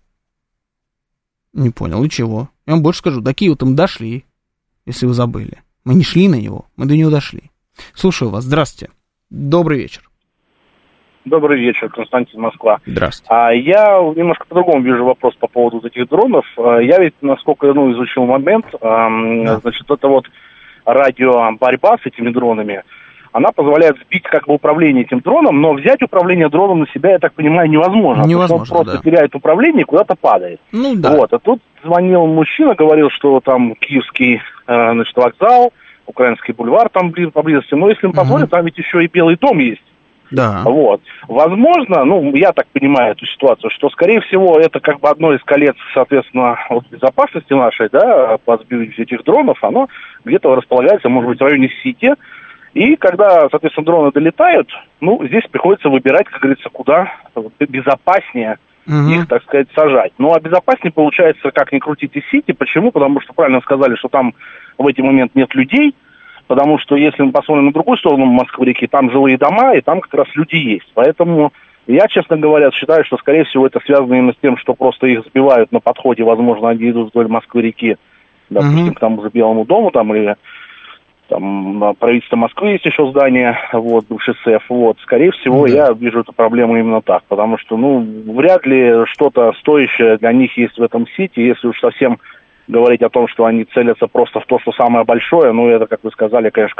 Не понял, и чего? Я вам больше скажу, до Киева-то мы дошли, если вы забыли. Мы не шли на него, мы до него дошли. Слушаю вас, здравствуйте. Добрый вечер. Добрый вечер, Константин, Москва. Здравствуйте. Я немножко по-другому вижу вопрос по поводу вот этих дронов. Я ведь, насколько изучил момент, значит, это вот радиоборьба с этими дронами, она позволяет сбить как бы управление этим дроном, но взять управление дроном на себя, я так понимаю, невозможно. Невозможно, он просто теряет управление и куда-то падает. Ну да. Вот, а тут звонил мужчина, говорил, что там Киевский, значит, вокзал, Украинский бульвар там поблизости, но если мы посмотрим, там ведь еще и Белый дом есть. Да. Вот. Возможно, я так понимаю эту ситуацию, что, скорее всего, это как бы одно из колец, соответственно, от безопасности нашей, да, по сбиванию этих дронов, оно где-то располагается, может быть, в районе Сити. И когда, соответственно, дроны долетают, здесь приходится выбирать, как говорится, куда безопаснее их, так сказать, сажать. Ну, а безопаснее получается, как ни крутите Сити. Почему? Потому что правильно сказали, что там в эти моменты нет людей. Потому что если мы посмотрим на другую сторону Москвы-реки, там жилые дома, и там как раз люди есть. Поэтому я, честно говоря, считаю, что, скорее всего, это связано именно с тем, что просто их сбивают на подходе. Возможно, они идут вдоль Москвы-реки, допустим, к тому же Белому дому, там, или там правительство Москвы есть еще здание, вот, бывший СЭФ. Вот, скорее всего, я вижу эту проблему именно так. Потому что, вряд ли что-то стоящее для них есть в этом Сити, если уж совсем говорить о том, что они целятся просто в то, что самое большое, это, как вы сказали, конечно,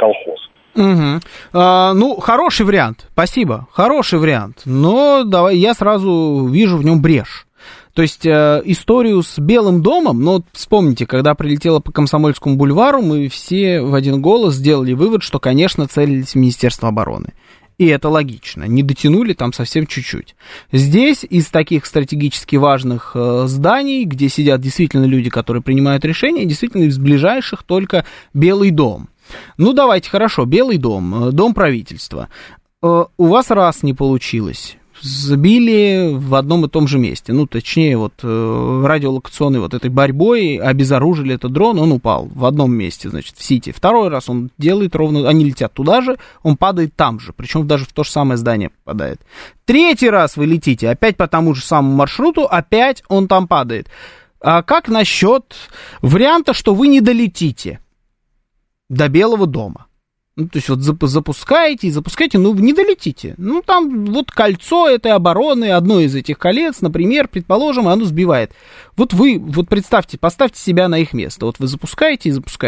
колхоз. Хороший вариант, спасибо, хороший вариант, но я сразу вижу в нем брешь. То есть историю с Белым домом, вспомните, когда прилетело по Комсомольскому бульвару, мы все в один голос сделали вывод, что, конечно, целились в Министерство обороны. И это логично, не дотянули там совсем чуть-чуть. Здесь из таких стратегически важных зданий, где сидят действительно люди, которые принимают решения, действительно из ближайших только Белый дом. Давайте, хорошо, Белый дом, дом правительства. У вас раз не получилось. Сбили в одном и том же месте. Точнее, радиолокационной этой борьбой обезоружили этот дрон, он упал в одном месте, значит, в Сити. Второй раз он делает ровно, они летят туда же, он падает там же, причем даже в то же самое здание попадает. Третий раз вы летите, опять по тому же самому маршруту, опять он там падает. А как насчет варианта, что вы не долетите до Белого дома? То есть запускаете, не долетите. Там кольцо этой обороны, одно из этих колец, например, предположим, оно сбивает. Вы представьте, поставьте себя на их место. Вы запускаете,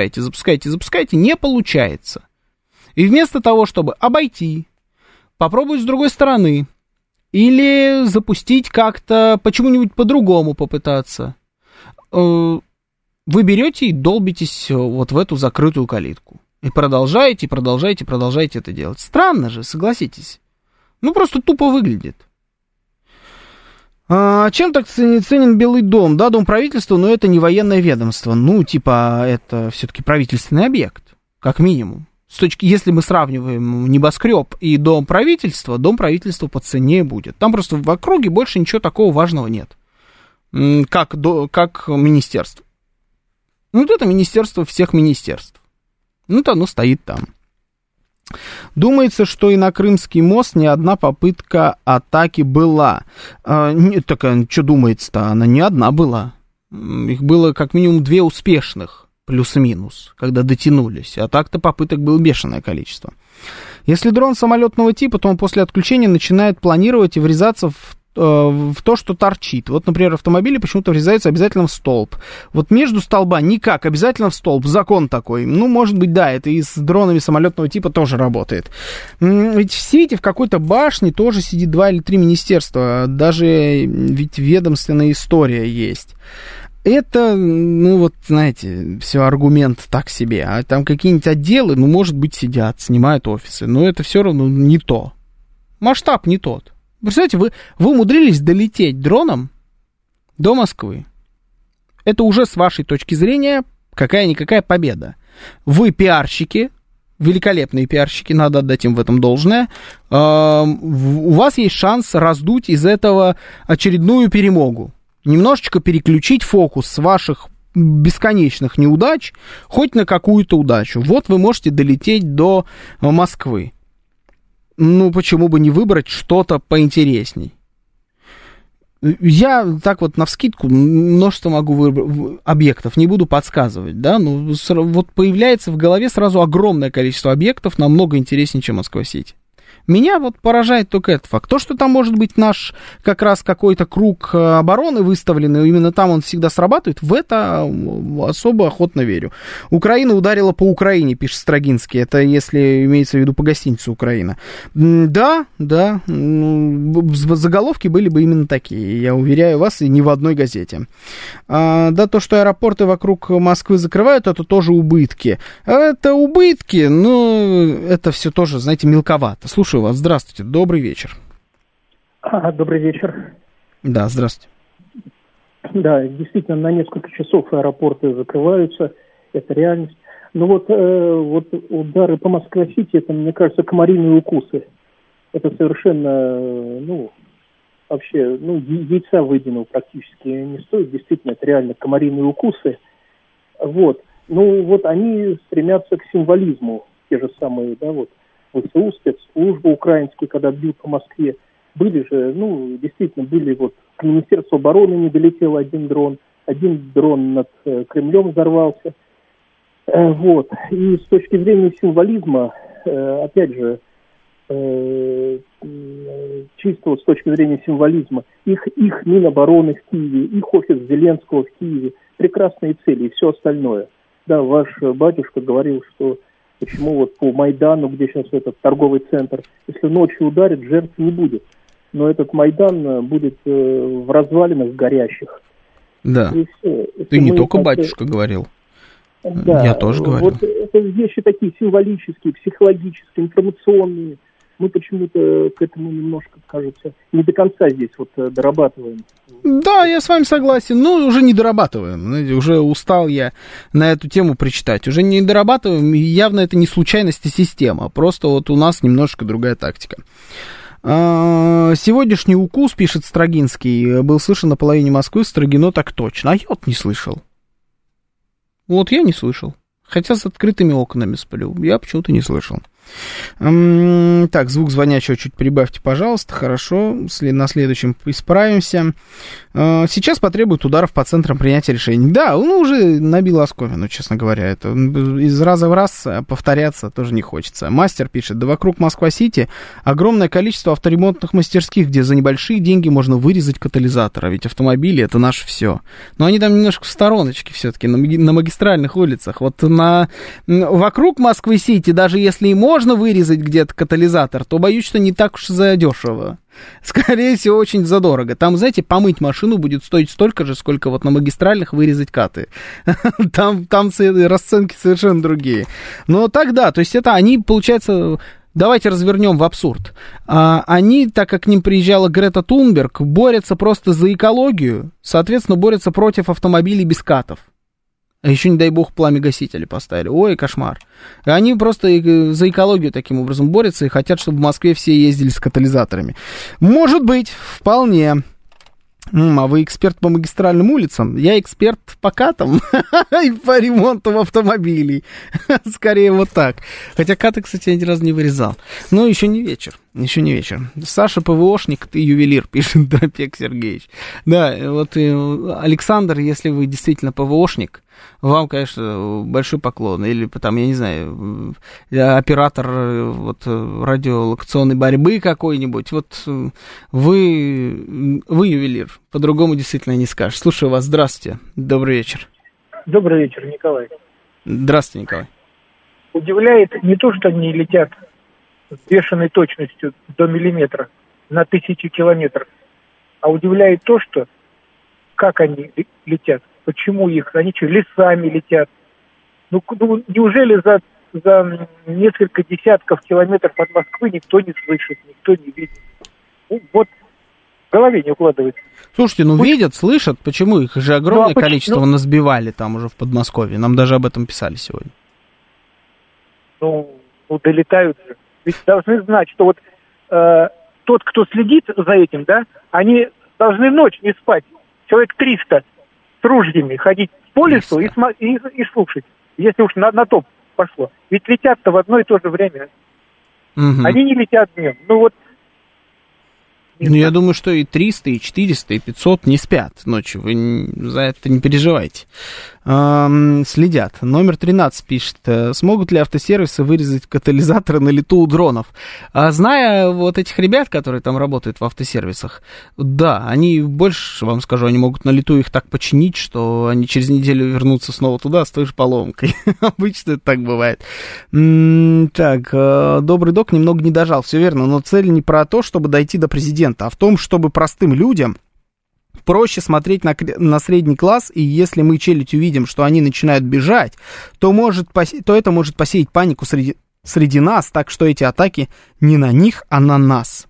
не получается. И вместо того, чтобы обойти, попробовать с другой стороны, или запустить как-то, почему-нибудь по-другому попытаться, вы берете и долбитесь в эту закрытую калитку. И продолжаете это делать. Странно же, согласитесь. Просто тупо выглядит. Чем так ценен Белый дом? Да, дом правительства, но это не военное ведомство. Это все-таки правительственный объект, как минимум. Если мы сравниваем небоскреб и дом правительства по цене будет. Там просто в округе больше ничего такого важного нет. Как министерство. Это министерство всех министерств. Оно стоит там. Думается, что и на Крымский мост не одна попытка атаки была. Что думается-то? Она не одна была. Их было как минимум 2 успешных, плюс-минус, когда дотянулись. А так-то попыток было бешеное количество. Если дрон самолетного типа, то он после отключения начинает планировать и врезаться в то, что торчит. Вот, например, автомобили почему-то врезаются обязательно в столб. Вот между столба никак, обязательно в столб. Закон такой. Ну, может быть, да, это и с дронами самолетного типа тоже работает. Ведь в сети в какой-то башне тоже сидит 2 или 3 министерства. Даже ведь ведомственная история есть. Это, ну вот, знаете, все аргумент так себе. А там какие-нибудь отделы, ну, может быть, сидят, снимают офисы. Но это все равно не то. Масштаб не тот. Представляете, вы умудрились долететь дроном до Москвы. Это уже с вашей точки зрения какая-никакая победа. Вы пиарщики, великолепные пиарщики, надо отдать им в этом должное. У вас есть шанс раздуть из этого очередную перемогу. Немножечко переключить фокус с ваших бесконечных неудач хоть на какую-то удачу. Вот вы можете долететь до Москвы. Ну, почему бы не выбрать что-то поинтересней? Я так вот навскидку множество могу выбрать объектов, не буду подсказывать, да, ну, вот появляется в голове сразу огромное количество объектов, намного интереснее, чем Москва-Сити. Меня вот поражает только этот факт. То, что там может быть наш как раз какой-то круг обороны выставленный, именно там он всегда срабатывает, в это особо охотно верю. Украина ударила по Украине, пишет Строгинский. Это если имеется в виду по гостинице Украина. Да, заголовки были бы именно такие, я уверяю вас, и не в одной газете. Да, то, что аэропорты вокруг Москвы закрывают, это тоже убытки. Это убытки, но это все тоже, знаете, мелковато. Слушаю вас. Здравствуйте. Добрый вечер. Добрый вечер. Да, здравствуйте. Да, действительно, на несколько часов аэропорты закрываются. Это реальность. Но вот удары по Москва-Сити, это, мне кажется, комариные укусы. Это совершенно, вообще, яйца выеденного практически не стоит. Действительно, это реально комариные укусы. Вот. Они стремятся к символизму. Те же самые, ВСУ, спецслужбы украинские, когда бьют по Москве, были же, действительно, к Министерству обороны не долетел один дрон над Кремлем взорвался. И с точки зрения символизма, опять же, чисто с точки зрения символизма, их Минобороны в Киеве, их офис Зеленского в Киеве, прекрасные цели и все остальное. Да, ваш батюшка говорил, что почему по Майдану, где сейчас этот торговый центр, если ночью ударит, жертв не будет. Но этот Майдан будет в развалинах горящих. Да. И не только батюшка говорил. Да. Я тоже говорил. Вот это вещи такие символические, психологические, информационные. Мы почему-то к этому немножко, кажется, не до конца здесь дорабатываем. Да, я с вами согласен. Уже не дорабатываем. Знаете, уже устал я на эту тему прочитать. Уже не дорабатываем. Явно это не случайность, а система. Просто у нас немножко другая тактика. Сегодняшний укус, пишет Строгинский, был слышен на половине Москвы. Строгино так точно. А я не слышал. Я не слышал. Хотя с открытыми окнами сплю. Я почему-то не слышал. Так, звук звонящего чуть прибавьте, пожалуйста. Хорошо, на следующем исправимся. Сейчас потребует ударов по центрам принятия решений. Да, уже набил оскомину, честно говоря. Это из раза в раз повторяться тоже не хочется. Мастер пишет: да вокруг Москва-Сити огромное количество авторемонтных мастерских, где за небольшие деньги можно вырезать катализатор. А ведь автомобили — это наше все. Но они там немножко в стороночке все-таки, на магистральных улицах. Вокруг Москвы-Сити, даже если и можно вырезать где-то катализатор, то боюсь, что не так уж задешево. Скорее всего, очень задорого. Там, знаете, помыть машину будет стоить столько же, сколько на магистральных вырезать каты. Там расценки совершенно другие. Но тогда, то есть это они, получается, давайте развернем в абсурд. Они, так как к ним приезжала Грета Тунберг, борются просто за экологию, соответственно, борются против автомобилей без катов. А еще, не дай бог, пламя-гасители поставили. Ой, кошмар. Они просто за экологию таким образом борются и хотят, чтобы в Москве все ездили с катализаторами. Может быть, вполне. А вы эксперт по магистральным улицам? Я эксперт по катам и по ремонту автомобилей. Скорее так. Хотя каты, кстати, я ни разу не вырезал. Но еще не вечер. Саша ПВОшник, ты ювелир, пишет Дропек Сергеевич. Да, Александр, если вы действительно ПВОшник, вам, конечно, большой поклон. Или там, я не знаю, оператор вот, радиолокационной борьбы какой-нибудь. Вот вы ювелир. По-другому действительно не скажешь. Слушаю вас. Здравствуйте. Добрый вечер. Добрый вечер, Николай. Здравствуйте, Николай. Удивляет не то, что они летят с бешеной точностью до миллиметра на 1000 километров, а удивляет то, что как они летят, почему их, они что, лесами летят? Ну неужели за несколько десятков километров от Москвы никто не слышит, никто не видит? Ну, вот в голове не укладывается. Слушайте, видят, слышат, почему их же огромное количество насбивали там уже в Подмосковье, нам даже об этом писали сегодня. Долетают же. Ведь должны знать, что вот тот, кто следит за этим, да, они должны ночь не спать. Человек 300 с ружьями ходить по лесу и слушать, если уж на топ пошло. Ведь летят-то в одно и то же время. Угу. Они не летят днем. Я думаю, что и 300, и 400, и 500 не спят ночью. Вы за это не переживайте. Следят. Номер 13 пишет. Смогут ли автосервисы вырезать катализаторы на лету у дронов? Зная вот этих ребят, которые там работают в автосервисах, да, они больше, вам скажу, они могут на лету их так починить, что они через неделю вернутся снова туда с той же поломкой. Обычно это так бывает. Так, добрый док немного не дожал. Все верно, но цель не про то, чтобы дойти до президента, а в том, чтобы простым людям проще смотреть на средний класс, и если мы челядь увидим, что они начинают бежать, то это может посеять панику среди нас, так что эти атаки не на них, а на нас.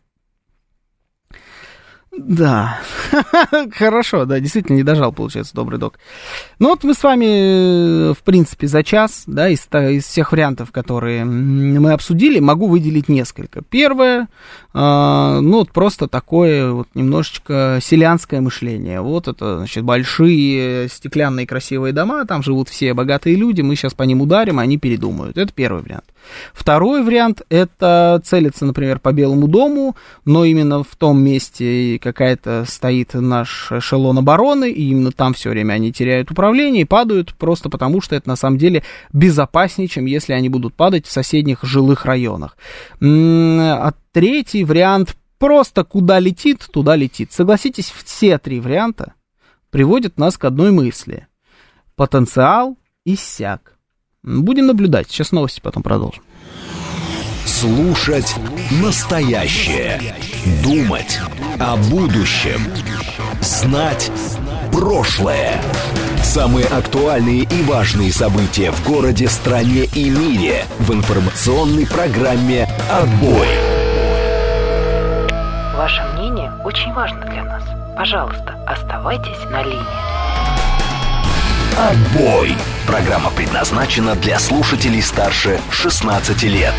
Да, хорошо, да, действительно не дожал, получается, добрый док. Ну вот мы с вами, в принципе, за час, да, из всех вариантов, которые мы обсудили, могу выделить несколько. Первое, вот просто такое вот немножечко селянское мышление. Вот это, значит, большие стеклянные красивые дома, там живут все богатые люди, мы сейчас по ним ударим, они передумают. Это первый вариант. Второй вариант, это целиться, например, по Белому дому, но именно в том месте какая-то стоит наш эшелон обороны, и именно там все время они теряют управление и падают, просто потому что это на самом деле безопаснее, чем если они будут падать в соседних жилых районах. А третий вариант, просто куда летит, туда летит. Согласитесь, все три варианта приводят нас к одной мысли. Потенциал иссяк. Будем наблюдать. Сейчас новости, потом продолжим. Слушать настоящее. Думать о будущем. Знать прошлое. Самые актуальные и важные события в городе, стране и мире в информационной программе «Отбой». Ваше мнение очень важно для нас. Пожалуйста, оставайтесь на линии. «Отбой». Программа предназначена для слушателей старше 16 лет.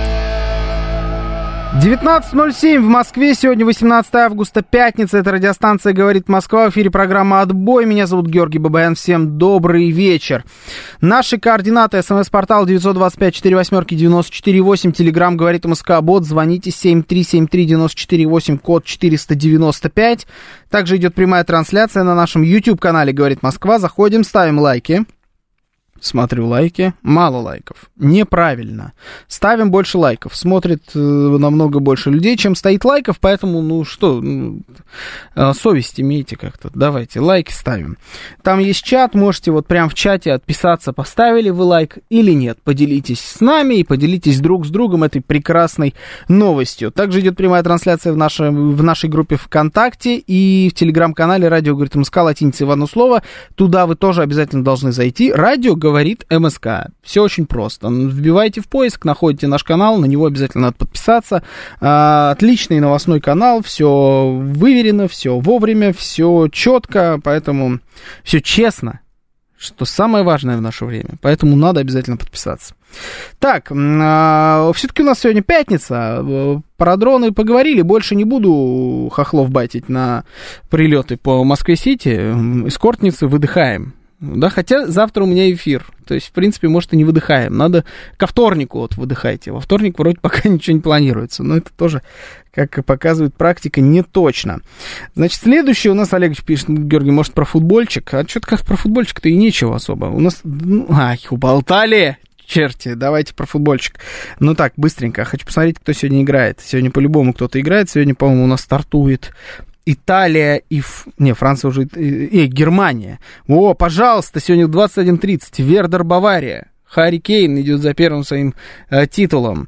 19:07 в Москве. Сегодня 18 августа, пятница. Это радиостанция «Говорит Москва». В эфире программа «Отбой». Меня зовут Георгий Бабаян. Всем добрый вечер. Наши координаты. СМС-портал 925-48-94-8. Телеграм «Говорит МСК». Бот. Звоните 7373-94-8, код 495. Также идет прямая трансляция на нашем YouTube-канале «Говорит Москва». Заходим, ставим лайки. Смотрю лайки. Мало лайков. Неправильно. Ставим больше лайков. Смотрит намного больше людей, чем стоит лайков. Поэтому, совесть имейте как-то. Давайте лайки ставим. Там есть чат. Можете вот прям в чате отписаться, поставили вы лайк или нет. Поделитесь с нами и поделитесь друг с другом этой прекрасной новостью. Также идет прямая трансляция в нашей группе ВКонтакте и в телеграм-канале «Радио говорит МСК», латиницей в одно слово. Туда вы тоже обязательно должны зайти. «Радио говорит МСК». Все очень просто. Вбивайте в поиск, находите наш канал, на него обязательно надо подписаться. Отличный новостной канал, все выверено, все вовремя, все четко, поэтому все честно, что самое важное в наше время. Поэтому надо обязательно подписаться. Так, все-таки у нас сегодня пятница. Про дроны поговорили. Больше не буду хохлов батить на прилеты по Москве-Сити. Эскортницы выдыхаем. Да, хотя завтра у меня эфир. То есть, в принципе, может, и не выдыхаем. Надо ко вторнику вот выдыхайте. Во вторник вроде пока ничего не планируется. Но это тоже, как показывает практика, не точно. Значит, следующее у нас, Олегович пишет, Георгий, может, про футбольчик? А что-то как про футбольчик-то и нечего особо. У нас, уболтали, черти, давайте про футбольчик. Ну так, быстренько, хочу посмотреть, кто сегодня играет. Сегодня по-любому кто-то играет. Сегодня, по-моему, у нас стартует Италия и... Франция уже... Германия. О, пожалуйста, сегодня в 21:30. Вердер, Бавария. Харри Кейн идет за первым своим титулом.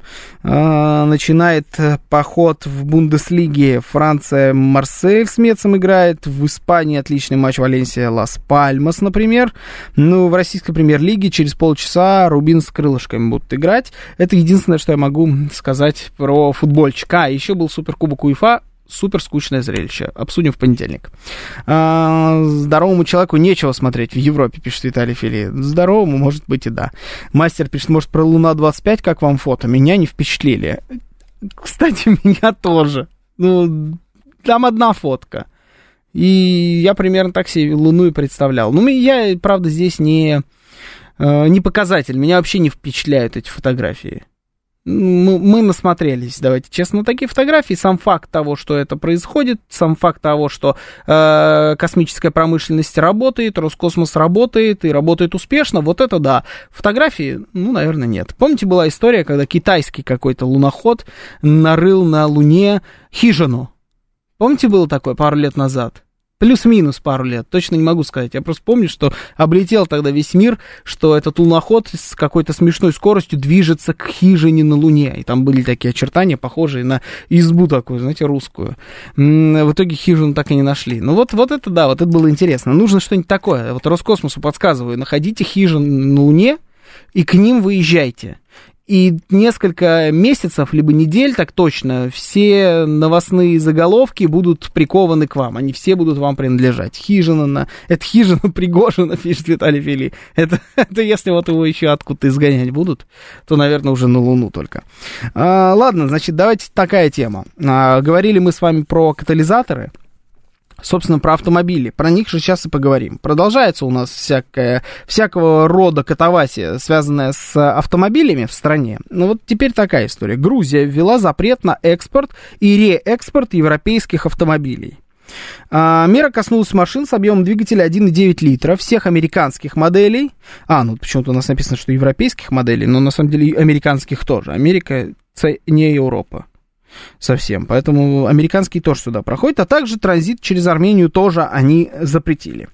Начинает поход в Бундеслиге. Франция, Марсель с Мецем играет. В Испании отличный матч Валенсия, Лас Пальмас, например. Ну, в российской премьер-лиге через полчаса Рубин с крылышками будут играть. Это единственное, что я могу сказать про футбольчик. Еще был суперкубок УЕФА. Супер скучное зрелище. Обсудим в понедельник. Здоровому человеку нечего смотреть в Европе, пишет Виталий Фили. Здоровому, может быть, и да. Мастер пишет, может, про Луна-25, как вам фото? Меня не впечатлили. Кстати, меня тоже. Ну, там одна фотка. И я примерно так себе Луну и представлял. Ну, я, правда, здесь не показатель. Меня вообще не впечатляют эти фотографии. Мы насмотрелись, давайте честно, на такие фотографии. Сам факт того, что это происходит, сам факт того, что космическая промышленность работает, Роскосмос работает и работает успешно, вот это да. Фотографии, наверное, нет. Помните, была история, когда китайский какой-то луноход нарыл на Луне хижину? Помните, было такое пару лет назад? Плюс-минус пару лет, точно не могу сказать. Я просто помню, что облетел тогда весь мир, что этот луноход с какой-то смешной скоростью движется к хижине на Луне. И там были такие очертания, похожие на избу такую, знаете, русскую. В итоге хижину так и не нашли. Ну вот это да, вот это было интересно. Нужно что-нибудь такое. Вот Роскосмосу подсказываю, находите хижины на Луне и к ним выезжайте. И несколько месяцев, либо недель, так точно, все новостные заголовки будут прикованы к вам. Они все будут вам принадлежать. Это хижина Пригожина, пишет Виталий Фили. Это если вот его еще откуда-то изгонять будут, то, наверное, уже на Луну только. Ладно, значит, давайте такая тема. Говорили мы с вами про катализаторы. Собственно, про автомобили. Про них же сейчас и поговорим. Продолжается у нас всякого рода катавасия, связанная с автомобилями в стране. Ну вот теперь такая история. Грузия ввела запрет на экспорт и реэкспорт европейских автомобилей. Мера коснулась машин с объемом двигателя 1,9 литра, всех американских моделей. Почему-то у нас написано, что европейских моделей, но на самом деле американских тоже. Америка не Европа. Совсем. Поэтому американские тоже сюда проходят, а также транзит через Армению тоже они запретили.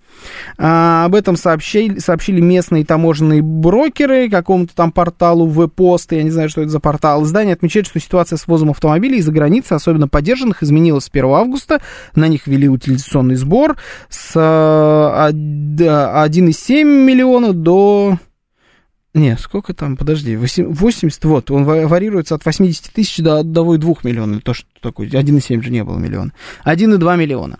Об этом сообщили местные таможенные брокеры какому-то там порталу Впост, я не знаю, что это за портал. Издание отмечает, что ситуация с ввозом автомобилей из-за границы, особенно подержанных, изменилась с 1 августа. На них ввели утилизационный сбор с 1,7 миллиона до... сколько там, подожди, 80, вот, он варьируется от 80 тысяч до 1,2 миллиона, то, что такое, 1,7 же не было миллиона, 1,2 миллиона.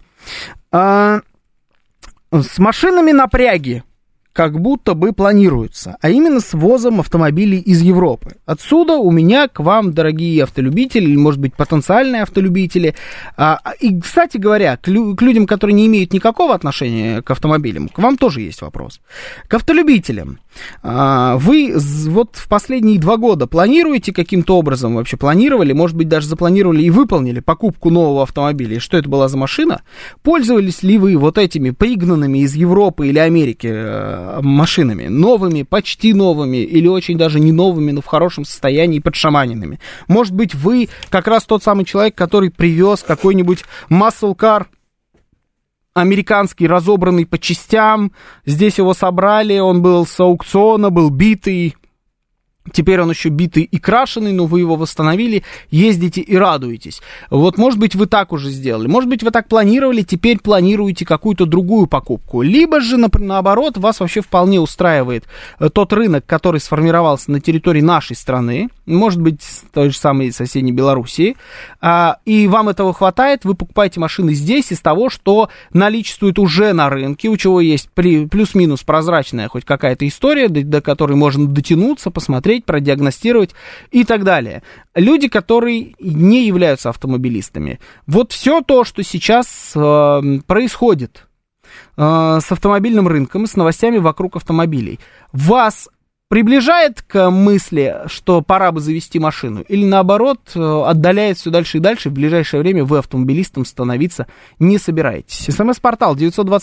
С машинами напряги как будто бы планируется, а именно с ввозом автомобилей из Европы. Отсюда у меня к вам, дорогие автолюбители, или, может быть, потенциальные автолюбители, и, кстати говоря, к людям, которые не имеют никакого отношения к автомобилям, к вам тоже есть вопрос. К автолюбителям. Вы вот в последние 2 года планируете каким-то образом, вообще планировали, может быть, даже запланировали и выполнили покупку нового автомобиля, и что это была за машина? Пользовались ли вы вот этими пригнанными из Европы или Америки машинами, новыми, почти новыми, или очень даже не новыми, но в хорошем состоянии, подшаманенными? Может быть, вы как раз тот самый человек, который привез какой-нибудь muscle car американский, разобранный по частям, здесь его собрали, он был с аукциона, был битый, теперь он еще битый и крашеный, но вы его восстановили, ездите и радуетесь. Вот, может быть, вы так уже сделали, может быть, вы так планировали, теперь планируете какую-то другую покупку. Либо же, наоборот, вас вообще вполне устраивает тот рынок, который сформировался на территории нашей страны, может быть, той же самой соседней Белоруссии, и вам этого хватает, вы покупаете машины здесь из того, что наличествует уже на рынке, у чего есть плюс-минус прозрачная хоть какая-то история, до которой можно дотянуться, посмотреть, продиагностировать и так далее. Люди, которые не являются автомобилистами. Вот все то, что сейчас происходит с автомобильным рынком и с новостями вокруг автомобилей. Вас приближает к мысли, что пора бы завести машину, или наоборот, отдаляет все дальше и дальше, в ближайшее время вы автомобилистом становиться не собираетесь? СМС-портал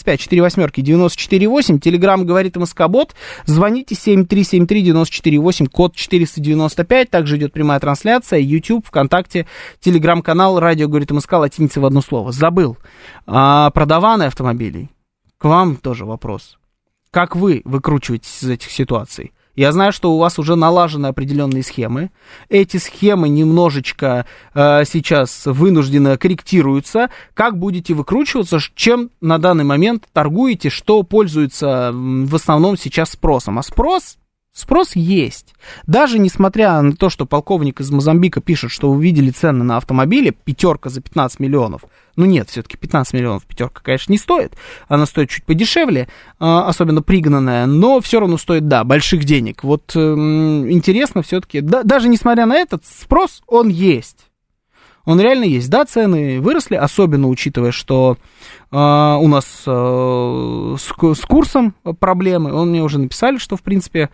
925-48-94-8, Телеграм говорит МСК-бот, звоните 7373-94-8, код 495, также идет прямая трансляция, YouTube, ВКонтакте, Телеграм-канал, радио говорит МСК, латиница в одно слово. Забыл. Продаваны автомобилей. К вам тоже вопрос. Как вы выкручиваетесь из этих ситуаций? Я знаю, что у вас уже налажены определенные схемы. Эти схемы немножечко сейчас вынужденно корректируются. Как будете выкручиваться, чем на данный момент торгуете, что пользуется в основном сейчас спросом? А спрос есть. Даже несмотря на то, что полковник из Мозамбика пишет, что увидели цены на автомобили, пятерка за 15 миллионов. Ну нет, все-таки 15 миллионов пятерка, конечно, не стоит. Она стоит чуть подешевле, особенно пригнанная, но все равно стоит, да, больших денег. Вот интересно все-таки, даже несмотря на этот спрос, он есть. Он реально есть. Да, цены выросли, особенно учитывая, что у нас с курсом проблемы. Мне уже написали, что, в принципе,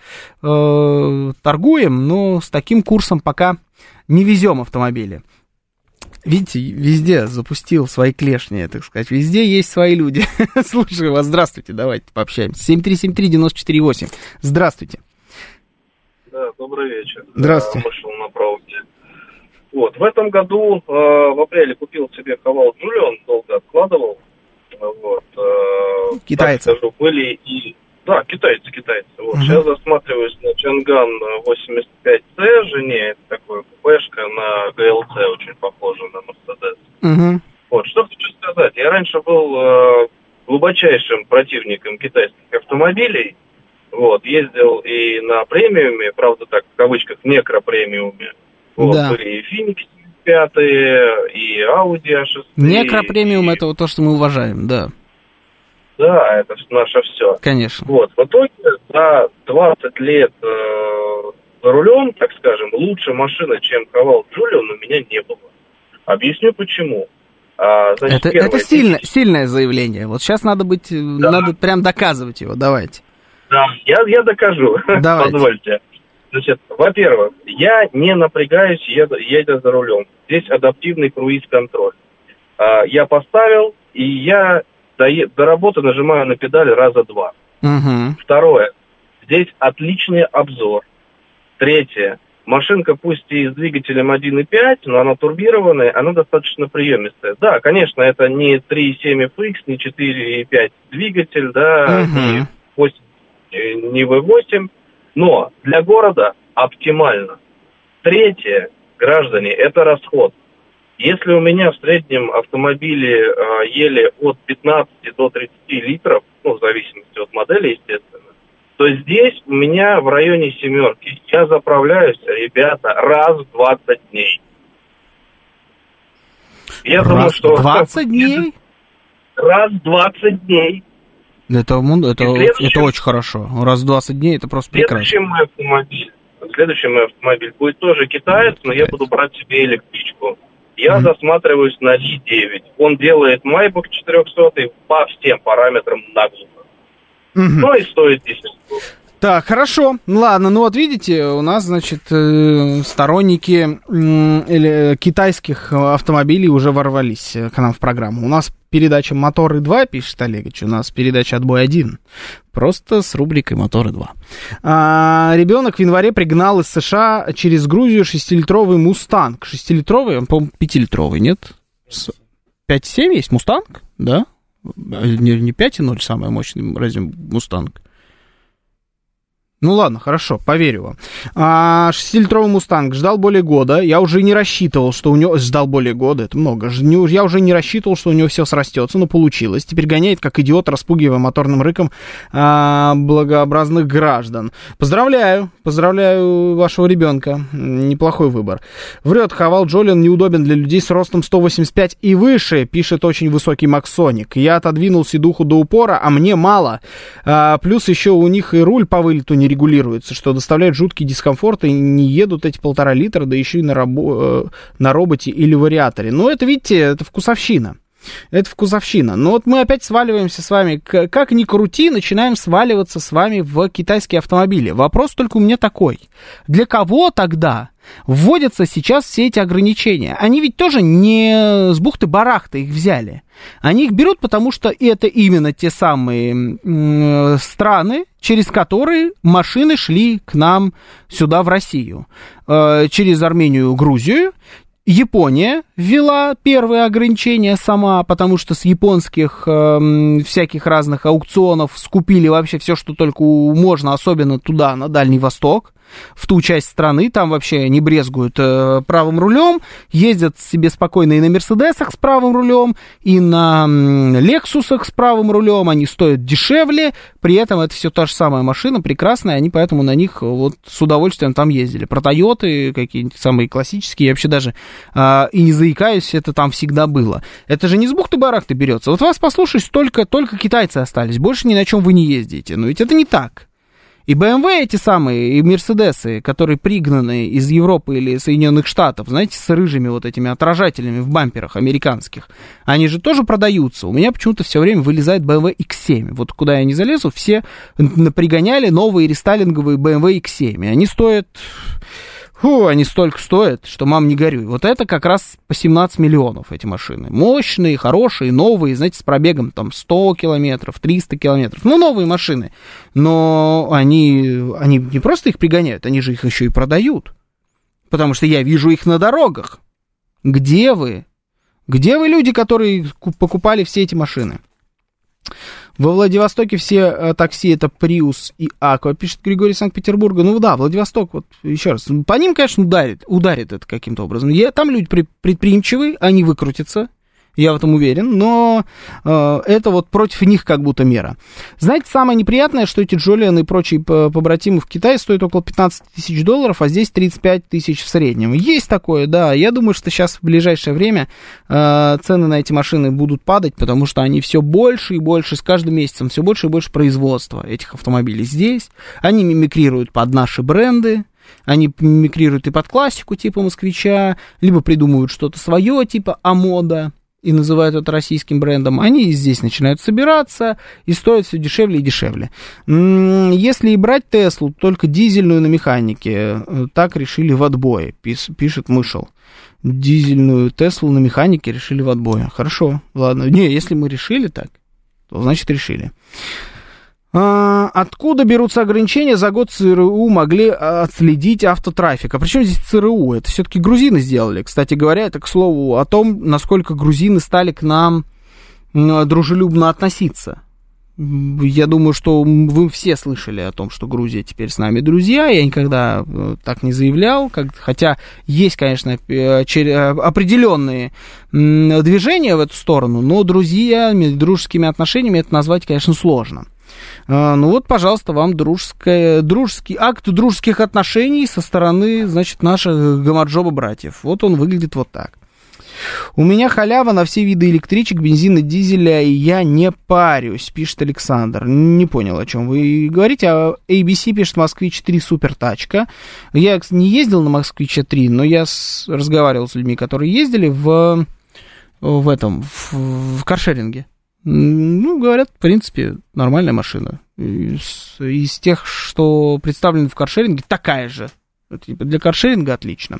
торгуем, но с таким курсом пока не везем автомобили. Видите, везде запустил свои клешни, так сказать. Везде есть свои люди. Слушаю вас. Здравствуйте, давайте пообщаемся. 7373-94-8. Здравствуйте. Да, добрый вечер. Здравствуйте. Вышел на правде. Вот, в этом году в апреле купил себе Haval Julian, долго откладывал. Вот, китайцы. Так скажу, были и... Да, китайцы. Вот, сейчас засматриваюсь на Чанган 85C, жене, это такое купешка на ГЛЦ, очень похоже на Мерседес. Вот, что хочу сказать, я раньше был глубочайшим противником китайских автомобилей, вот, ездил и на премиуме, правда так, в кавычках, некропремиуме, вот, да. Были и Фениксы 5, и Audi A6. Некропремиум это вот то, что мы уважаем, да. Да, это наше все. Конечно. Вот, в итоге за 20 лет за рулем, так скажем, лучше машины, чем Haval Julian, у меня не было. Объясню почему. Значит, это сильное заявление. Вот сейчас надо прям доказывать его. Давайте. Да, я докажу. Давайте. Позвольте. Значит, во-первых, я не напрягаюсь, едя за рулем. Здесь адаптивный круиз-контроль. Я поставил, и я до работы нажимаю на педаль раза 2. Второе, здесь отличный обзор. Третье, машинка пусть и с двигателем 1.5, но она турбированная, она достаточно приемистая. Да, конечно, это не 3.7 FX, не 4.5 двигатель, да, не 8, не V8, но для города оптимально. Третье, граждане, это расход. Если у меня в среднем автомобиле ели от 15 до 30 литров, ну, в зависимости от модели, естественно, то здесь у меня в районе 7. Я заправляюсь, ребята, раз в 20 дней. Я думаю, что... 20 дней? Раз в 20 дней. Это очень хорошо. Раз в 20 дней это просто прекрасно. Следующий мой автомобиль будет тоже китаец, но я буду брать себе электричку. Я засматриваюсь на Li9. Он делает Майбах 400 по всем параметрам наглухо. Ну и стоит 10 штук. Так, хорошо. Ладно, ну вот видите, у нас, значит, сторонники китайских автомобилей уже ворвались к нам в программу. У нас передача «Моторы 2», пишет Олегович, у нас передача «Отбой 1». Просто с рубрикой «Моторы 2». Ребенок в январе пригнал из США через Грузию 6-литровый «Мустанг». 6-литровый, он, по-моему, 5-литровый, нет? 5.7 есть «Мустанг», да? Не 5.0 самый мощный, разве «Мустанг»? Ну ладно, хорошо, поверю вам. 6-литровый «Мустанг» ждал более года. Я уже не рассчитывал, что у него... Ждал более года, это много. Я уже не рассчитывал, что у него все срастется, но получилось. Теперь гоняет, как идиот, распугивая моторным рыком благообразных граждан. Поздравляю вашего ребенка. Неплохой выбор. Врет, Haval Julian неудобен для людей с ростом 185 и выше, пишет очень высокий Максоник. Я отодвинул седуху до упора, а мне мало. Плюс еще у них и руль по вылету не регулируется, что доставляет жуткий дискомфорт, и не едут эти 1,5 литра, да еще и на роботе или вариаторе. Но это, видите, это вкусовщина. Это вкусовщина. Но вот мы опять сваливаемся с вами, как ни крути, начинаем сваливаться с вами в китайские автомобили. Вопрос только у меня такой. Для кого тогда вводятся сейчас все эти ограничения? Они ведь тоже не с бухты-барахты их взяли. Они их берут, потому что это именно те самые страны, через которые машины шли к нам сюда, в Россию. Через Армению, Грузию. Япония ввела первые ограничения сама, потому что с японских всяких разных аукционов скупили вообще все, что только можно, особенно туда, на Дальний Восток, в ту часть страны, там вообще не брезгуют правым рулем, ездят себе спокойно и на Мерседесах с правым рулем, и на Лексусах с правым рулем, они стоят дешевле, при этом это все та же самая машина, прекрасная, они поэтому на них вот с удовольствием там ездили. Про Тойоты какие-нибудь самые классические, я вообще даже и не заикаюсь, это там всегда было. Это же не с бухты-барахты берется. Вот вас послушать, только китайцы остались, больше ни на чем вы не ездите, но ведь это не так. И BMW эти самые, и Мерседесы, которые пригнаны из Европы или Соединенных Штатов, знаете, с рыжими вот этими отражателями в бамперах американских, они же тоже продаются. У меня почему-то все время вылезает BMW X7. Вот куда я не залезу, все пригоняли новые рестайлинговые BMW X7. Они стоят... они столько стоят, что мам не горюй. Вот это как раз по 17 миллионов эти машины. Мощные, хорошие, новые, знаете, с пробегом там 100 километров, 300 километров. Ну, новые машины. Но они не просто их пригоняют, они же их еще и продают. Потому что я вижу их на дорогах. Где вы? Где вы, люди, которые покупали все эти машины? Во Владивостоке все такси это Prius и Aqua, пишет Григорий из Санкт-Петербурга. Ну да, Владивосток, вот еще раз, по ним, конечно, ударит это каким-то образом. Там люди предприимчивые, они выкрутятся, я в этом уверен, но это вот против них как будто мера. Знаете, самое неприятное, что эти Джолиан и прочие побратимы в Китае стоят около 15 тысяч долларов, а здесь 35 тысяч в среднем. Есть такое, да. Я думаю, что сейчас в ближайшее время цены на эти машины будут падать, потому что они все больше и больше, с каждым месяцем все больше и больше производства этих автомобилей здесь. Они мимикрируют под наши бренды. Они мимикрируют и под классику типа «Москвича», либо придумывают что-то свое типа «Амода» и называют это российским брендом, они здесь начинают собираться и стоят все дешевле и дешевле. Если и брать Теслу, только дизельную на механике, так решили в отбое, пишет Мышел. Дизельную Теслу на механике решили в отбое. Хорошо, ладно. Не, если мы решили так, то значит решили. Откуда берутся ограничения? За год ЦРУ могли отследить автотрафик. А при чем здесь ЦРУ? Это все-таки грузины сделали. Кстати говоря, это, к слову, о том, насколько грузины стали к нам дружелюбно относиться. Я думаю, что вы все слышали о том, что Грузия теперь с нами друзья. Я никогда так не заявлял. Хотя есть, конечно, определенные движения в эту сторону, но друзьями, дружескими отношениями это назвать, конечно, сложно. Ну вот, пожалуйста, вам дружеский акт дружеских отношений со стороны, значит, наших гамарджоба-братьев. Вот он выглядит вот так. У меня халява на все виды электричек, бензина, дизеля, и я не парюсь, пишет Александр. Не понял, о чем вы говорите. А ABC пишет «Москвич-3 супер тачка». Я не ездил на «Москвиче-3», но я разговаривал с людьми, которые ездили в каршеринге. Ну, говорят, в принципе, нормальная машина. Из тех, что представлены в каршеринге, такая же. Для каршеринга отлично.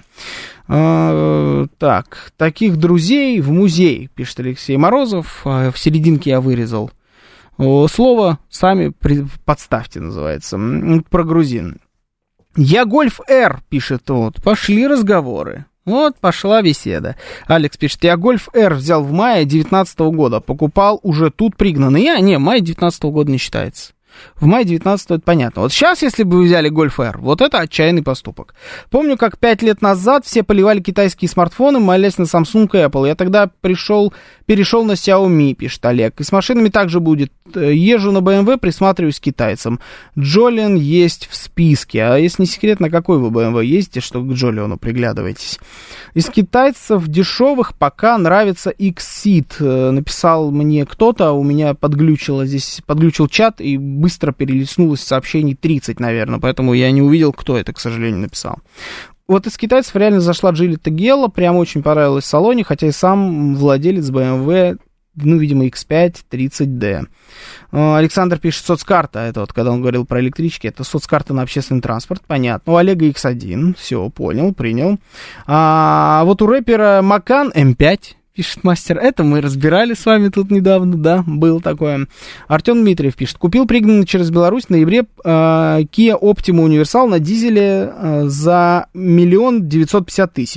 Так, таких друзей в музей, пишет Алексей Морозов. В серединке я вырезал слово, сами подставьте, называется, про грузин. Я Гольф R, пишет вот, пошли разговоры. Вот пошла беседа. Алекс пишет, я Гольф R взял в мае 2019 года, покупал уже тут пригнанный. Май 2019 года не считается. В мае 19 это понятно. Вот сейчас, если бы вы взяли Гольф R, вот это отчаянный поступок. Помню, как 5 лет назад все поливали китайские смартфоны, молясь на Samsung и Apple. Я тогда перешел на Xiaomi, пишет Олег. И с машинами также будет. Езжу на BMW, присматриваюсь к китайцам. Джолиан есть в списке. А если не секрет, на какой вы BMW ездите, что к Джолиану приглядываетесь? Из китайцев дешевых пока нравится X-Seed. Написал мне кто-то, у меня подглючил чат и быстро перелистнулось сообщений 30, наверное, поэтому я не увидел, кто это, к сожалению, написал. Вот из китайцев реально зашла Джили Тагела, прям очень понравилась в салоне, хотя и сам владелец BMW ну, видимо, X5 30D. Александр пишет, соцкарта, это вот, когда он говорил про электрички, это соцкарта на общественный транспорт, понятно. У Олега X1, все, понял, принял. Вот у рэпера Макан М5, пишет мастер, это мы разбирали с вами тут недавно, да, было такое. Артем Дмитриев пишет, купил пригнанный через Беларусь в ноябре Kia Optima Универсал на дизеле за 1 950 000.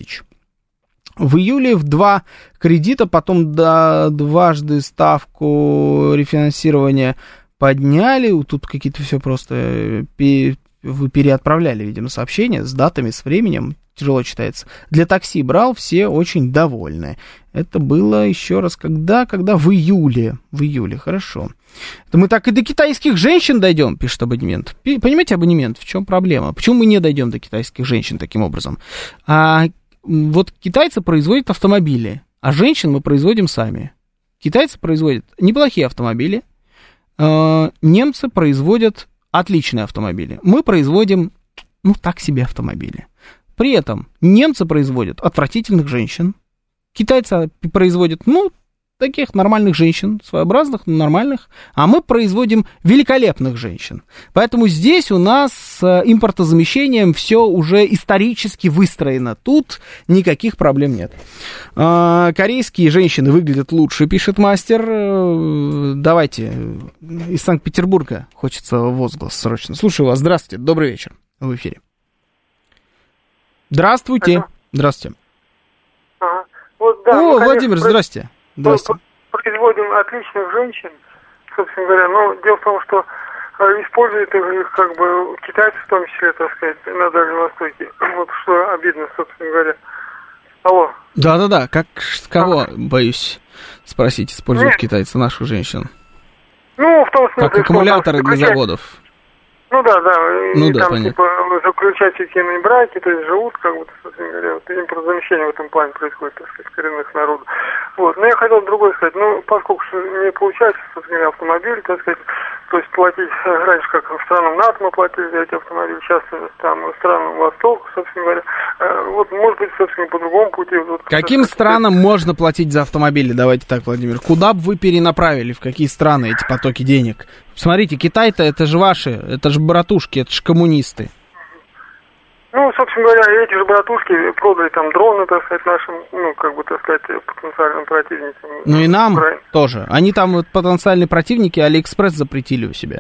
В июле в 2 кредита, потом дважды ставку рефинансирования подняли. Тут какие-то все просто... Вы переотправляли, видимо, сообщения с датами, с временем. Тяжело читается. Для такси брал, все очень довольны. Это было еще раз когда в июле. В июле, хорошо. Это мы так и до китайских женщин дойдем, пишет абонемент. Понимаете, абонемент, в чем проблема? Почему мы не дойдем до китайских женщин таким образом? Вот китайцы производят автомобили, а женщин мы производим сами. Китайцы производят неплохие автомобили, немцы производят отличные автомобили. Мы производим, ну, так себе автомобили. При этом немцы производят отвратительных женщин, китайцы производят, ну, таких нормальных женщин, своеобразных, нормальных, а мы производим великолепных женщин. Поэтому здесь у нас с импортозамещением все уже исторически выстроено. Тут никаких проблем нет. Корейские женщины выглядят лучше, пишет мастер. Давайте, из Санкт-Петербурга хочется возглас срочно. Слушаю вас, здравствуйте, добрый вечер, в эфире. Здравствуйте. Здравствуйте. Вот, да, О, Владимир, здрасте. Здравствуйте. Производим отличных женщин, собственно говоря, но дело в том, что используют их как бы китайцы, в том числе, так сказать, на Дальнем Востоке. Вот что обидно, собственно говоря. Алло. Да-да-да, кого, боюсь спросить, используют китайцы наших женщин? Ну, в том смысле, как аккумуляторы для заводов. Ну да, ну, и да, там понятно. типа заключать фиктивные браки, то есть живут, как бы, собственно говоря, вот импортозамещение в этом плане происходит, так сказать, коренных народов. Вот, но я хотел другое сказать, ну, поскольку не получается, собственно говоря, автомобиль, так сказать, то есть платить раньше, как в странам НАТО мы платили за эти автомобили, сейчас там странам Востока, собственно говоря, вот, может быть, собственно, по другому пути. Вот, каким странам можно платить за автомобили? Давайте так, Владимир, куда бы вы перенаправили, в какие страны эти потоки денег? Смотрите, Китай-то это же ваши, это же братушки, это же коммунисты. Ну, собственно говоря, эти же братушки продали там дроны, так сказать, нашим, ну, как бы, так сказать, потенциальным противникам. Ну и нам тоже. Они там вот потенциальные противники, Алиэкспресс запретили у себя.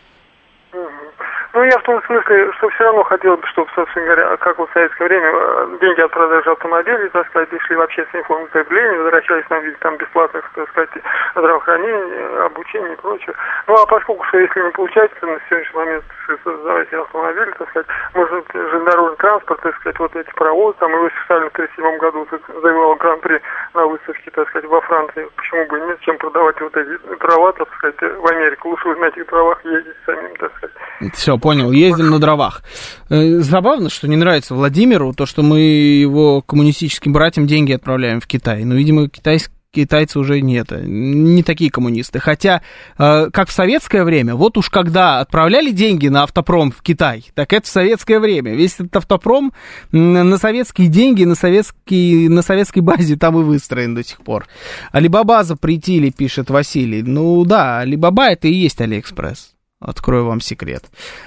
Ну, я в том смысле, что все равно хотел бы, чтобы, собственно говоря, как вот в советское время, деньги от продажи автомобилей, так сказать, шли в общественные фонды потребления, возвращались нам в виде там бесплатных, так сказать, здравоохранения, обучения и прочее. Ну, а поскольку, что если не получается на сегодняшний момент создавать автомобили, так сказать, может, железнодорожный транспорт, так сказать, вот эти паровозы, там, Иосиф Сталин в 1937 году завоевал гран-при на выставке, так сказать, во Франции, почему бы нет, чем продавать вот эти дрова, так сказать, в Америку, лучше на этих дровах ездить самим, так сказать. Все, понял, ездим на дровах. Забавно, что не нравится Владимиру то, что мы его коммунистическим братьям деньги отправляем в Китай. Но, видимо, китайцы уже не такие коммунисты. Хотя, как в советское время, вот уж когда отправляли деньги на автопром в Китай, так это в советское время. Весь этот автопром на советские деньги, на советской базе там и выстроен до сих пор. Алибаба запретили, пишет Василий. Ну да, Алибаба это и есть Алиэкспресс. Открою вам секрет.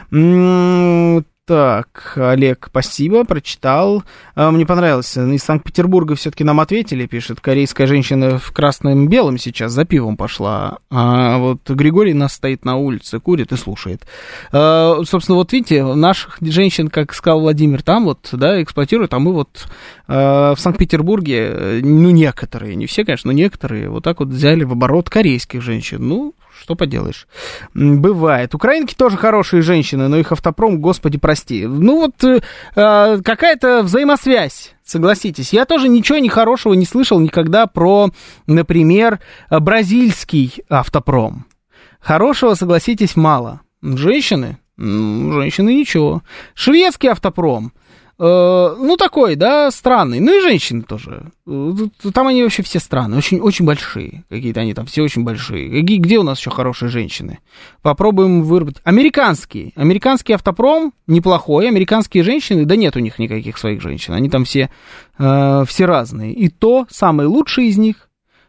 Так, Олег, спасибо, прочитал. Мне понравилось. Из Санкт-Петербурга все-таки нам ответили, пишет. Корейская женщина в красном и белом сейчас за пивом пошла. А вот Григорий нас стоит на улице, курит и слушает. Собственно, вот видите, наших женщин, как сказал Владимир, там вот, да, эксплуатируют, а мы вот в Санкт-Петербурге, ну, некоторые, не все, конечно, но некоторые вот так вот взяли в оборот корейских женщин. Ну, что поделаешь. Бывает. Украинки тоже хорошие женщины, но их автопром, господи, прости. Ну вот какая-то взаимосвязь, согласитесь. Я тоже ничего нехорошего не слышал никогда про, например, бразильский автопром. Хорошего, согласитесь, мало. Женщины? Женщины ничего. Шведский автопром. Ну, такой, да, странный. Ну, и женщины тоже. Там они вообще все странные, очень, очень большие. Какие-то они там все очень большие. Где у нас еще хорошие женщины? Попробуем выработать. Американский автопром неплохой. Американские женщины, да нет у них никаких своих женщин. Они там все разные. И то, самые лучшие из них,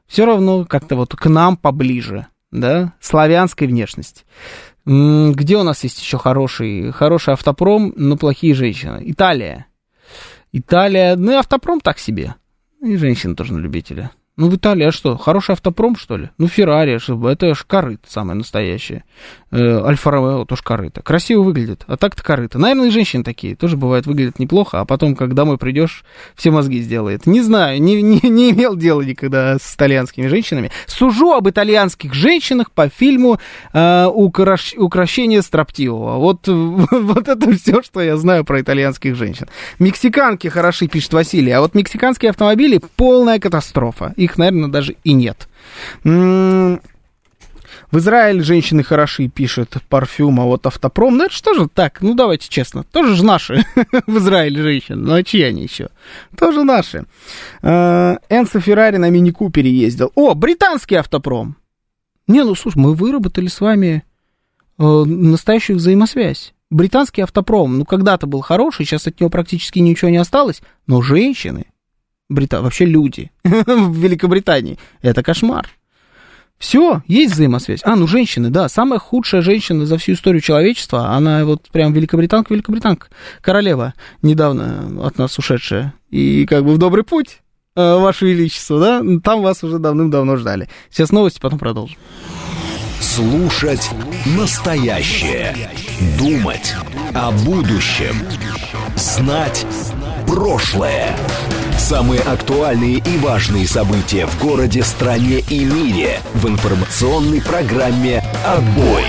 Все равно как-то вот к нам поближе, да, славянской внешности. Где у нас есть еще хороший автопром, но плохие женщины? Италия, ну и автопром так себе. И женщины тоже на любителя. Ну, в Италии, а что, хороший автопром, что ли? Ну, Феррари, это ж корыто самое настоящее. Альфа-Ромео тоже корыто. Красиво выглядит, а так-то корыто. Наверное, и женщины такие тоже, бывает, выглядят неплохо, а потом, как домой придешь, все мозги сделает. Не знаю, не имел дела никогда с итальянскими женщинами. Сужу об итальянских женщинах по фильму «Укрощение строптивого». Вот это все, что я знаю про итальянских женщин. Мексиканки хороши, пишет Василий, а вот мексиканские автомобили — полная катастрофа. Их, наверное, даже и нет. В Израиле женщины хороши, пишет Парфюм, а вот автопром, ну это что же так, ну давайте честно, тоже же наши в Израиле женщины, ну а чьи они еще? Тоже наши. Энцо Феррари на мини-купере ездил. О, британский автопром. Не, ну слушай, мы выработали с вами настоящую взаимосвязь. Британский автопром, ну когда-то был хороший, сейчас от него практически ничего не осталось, но женщины, вообще люди в Великобритании, это кошмар. Все, есть взаимосвязь. Ну женщины, да, самая худшая женщина за всю историю человечества, она вот прям великобританка, королева, недавно от нас ушедшая, и как бы в добрый путь, Ваше Величество, да, там вас уже давным-давно ждали. Сейчас новости, потом продолжим. Слушать настоящее, думать о будущем, знать прошлое. Самые актуальные и важные события в городе, стране и мире в информационной программе «Отбой».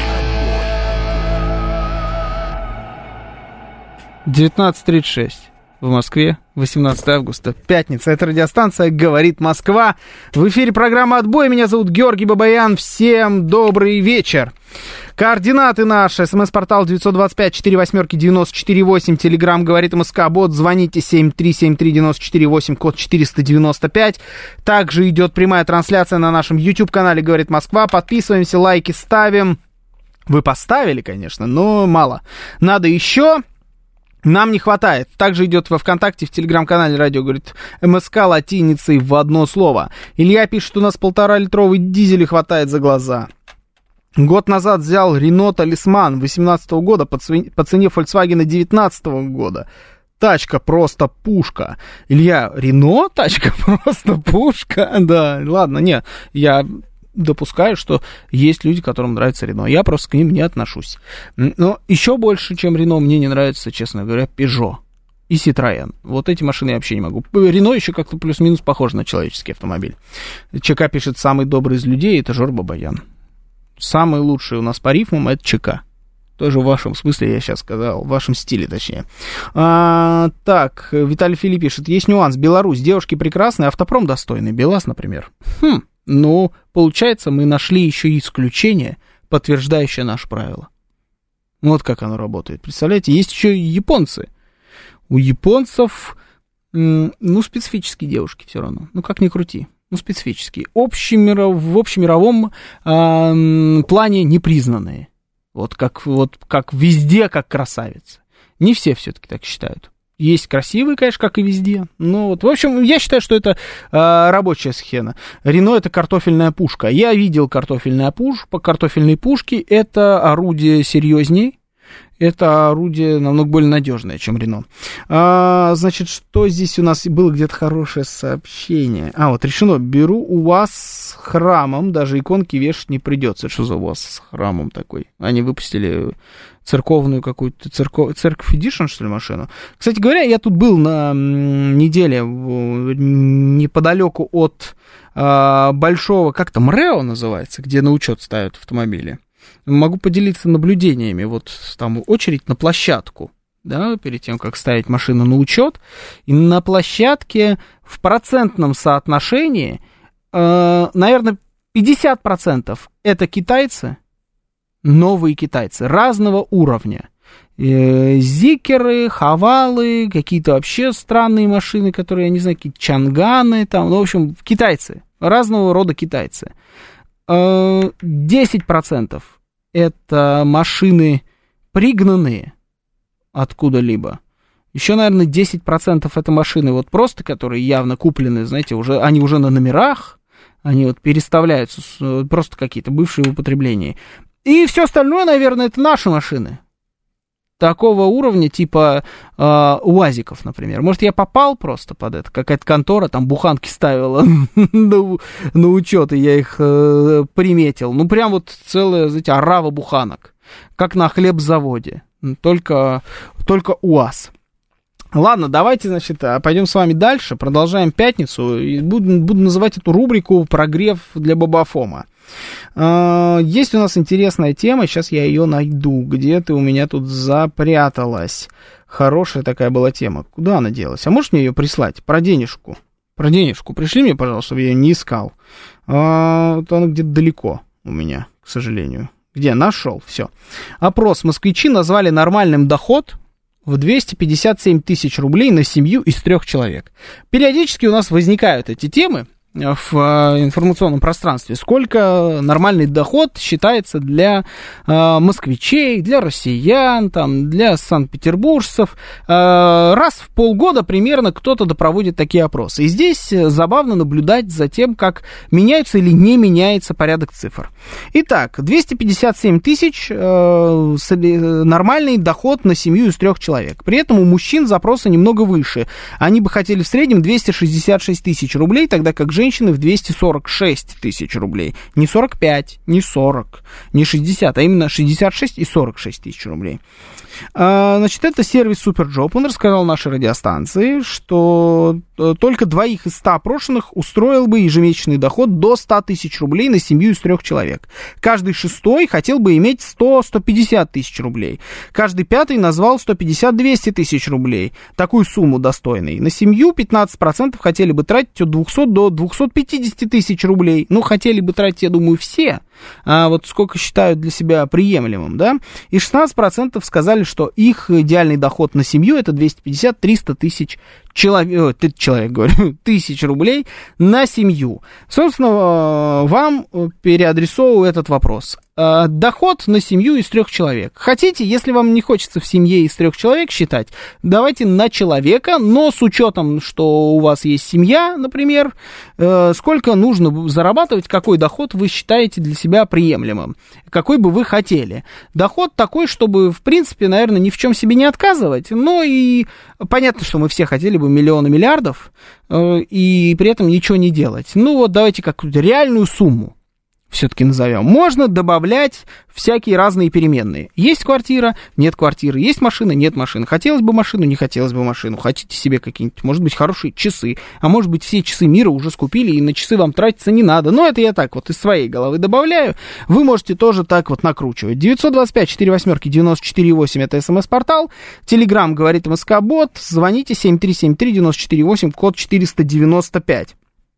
19:36 в Москве, 18 августа, пятница. Это радиостанция «Говорит Москва». В эфире программа «Отбой». Меня зовут Георгий Бабаян. Всем добрый вечер. Координаты наши. СМС-портал 925-48-94-8. Телеграм «Говорит МСК». Бот. Звоните 7373948, код 495. Также идет прямая трансляция на нашем YouTube-канале «Говорит Москва». Подписываемся, лайки ставим. Вы поставили, конечно, но мало. Надо еще... Нам не хватает. Также идет во ВКонтакте, в Телеграм-канале радио, говорит, МСК латиницей в одно слово. Илья пишет, у нас 1,5-литровый дизель хватает за глаза. Год назад взял Renault Talisman 2018 года по цене Volkswagen 2019 года. Тачка просто пушка. Илья, Renault тачка просто пушка? Да, ладно, не, я... допускаю, что есть люди, которым нравится Рено. Я просто к ним не отношусь. Но еще больше, чем Рено, мне не нравится, честно говоря, Peugeot и Citroën. Вот эти машины я вообще не могу. Рено еще как-то плюс-минус похож на человеческий автомобиль. ЧК пишет, самый добрый из людей — это Жор Бабаян. Самый лучший у нас по рифмам — это ЧК. Тоже в вашем смысле, я сейчас сказал, в вашем стиле, точнее. Так, Виталий Филипп пишет, есть нюанс. Беларусь, девушки прекрасные, автопром достойный. БелАЗ, например. Но, получается, мы нашли еще исключение, подтверждающее наше правило. Вот как оно работает. Представляете, есть еще и японцы. У японцев, специфические девушки все равно. Как ни крути. Специфические. В общемировом плане непризнанные. Вот как везде, как красавицы. Не все все-таки так считают. Есть красивые, конечно, как и везде. Но вот, в общем, я считаю, что это рабочая схема. Рено — это картофельная пушка. Я видел картофельные пушки. Это орудие серьезней. Это орудие намного более надежное, чем Рено. Значит, что здесь у нас было где-то хорошее сообщение? Вот решено. Беру у вас с храмом. Даже иконки вешать не придется. Что за у вас с храмом такой? Они выпустили... церковную какую-то, церковь Эдишн, что ли, машину. Кстати говоря, я тут был на неделе неподалеку от большого, как там, МРЭО называется, где на учет ставят автомобили. Могу поделиться наблюдениями. Вот там очередь на площадку, да, перед тем, как ставить машину на учет. И на площадке в процентном соотношении, наверное, 50% это китайцы, новые китайцы разного уровня. Зикеры, хавалы, какие-то вообще странные машины, которые, я не знаю, какие-то чанганы, там, в общем, китайцы, разного рода китайцы. 10% это машины пригнанные откуда-либо. Еще, наверное, 10% это машины вот просто, которые явно куплены, знаете, они уже на номерах, Они вот переставляются, просто какие-то бывшие в употреблении. И все остальное, наверное, это наши машины. Такого уровня, типа УАЗиков, например. Может, я попал просто под это? Какая-то контора там буханки ставила на учет, и я их приметил. Ну, прям вот целая, знаете, орава буханок. Как на хлебзаводе. Только УАЗ. Ладно, давайте, значит, пойдем с вами дальше. Продолжаем пятницу. И буду называть эту рубрику «Прогрев для Бабафома». Есть у нас интересная тема, сейчас я ее найду. Где ты у меня тут запряталась? Хорошая такая была тема. Куда она делась? А можешь мне ее прислать? Про денежку. Про денежку. Пришли мне, пожалуйста, чтобы я ее не искал. Вот она где-то далеко у меня, к сожалению. Где? Нашел. Все. Опрос. Москвичи назвали нормальным доход в 257 тысяч рублей на семью из 3 человек. Периодически у нас возникают эти темы в информационном пространстве. Сколько нормальный доход считается для москвичей, для россиян, там, для санкт-петербуржцев. Раз в полгода примерно кто-то проводит такие опросы. И здесь забавно наблюдать за тем, как меняется или не меняется порядок цифр. Итак, 257 тысяч нормальный доход на семью из 3 человек. При этом у мужчин запросы немного выше. Они бы хотели в среднем 266 тысяч рублей, тогда как женщины в 246 тысяч рублей. Не 45, не 40, не 60, а именно 66 и 46 тысяч рублей. Значит, это сервис Суперджоп. Он рассказал нашей радиостанции, что только 2 из 100 опрошенных устроил бы ежемесячный доход до 100 тысяч рублей на семью из 3 человек. Каждый 6-й хотел бы иметь 100-150 тысяч рублей. Каждый 5-й назвал 150-200 тысяч рублей. Такую сумму достойной. На семью 15% хотели бы тратить от 200 до 250 тысяч рублей. Ну, хотели бы тратить, я думаю, все. А вот сколько считают для себя приемлемым, да? И 16% сказали, что их идеальный доход на семью это 250-300 тысяч тысяч рублей на семью. Собственно, вам переадресовываю этот вопрос. Доход на семью из 3 человек. Хотите, если вам не хочется в семье из 3 человек считать, давайте на человека, но с учетом, что у вас есть семья, например, сколько нужно зарабатывать, какой доход вы считаете для себя приемлемым, какой бы вы хотели. Доход такой, чтобы, в принципе, наверное, ни в чем себе не отказывать, но и понятно, что мы все хотели бы миллионы миллиардов и при этом ничего не делать. Ну вот давайте какую-то реальную сумму все-таки назовем. Можно добавлять всякие разные переменные. Есть квартира, нет квартиры, есть машина, нет машины. Хотелось бы машину, не хотелось бы машину. Хотите себе какие-нибудь, может быть, хорошие часы, а может быть, все часы мира уже скупили, и на часы вам тратиться не надо. Но это я так вот из своей головы добавляю. Вы можете тоже так вот накручивать. 925-48-94-8 это смс-портал. Телеграм говорит МСК-бот. Звоните 7373-94-8, код 495.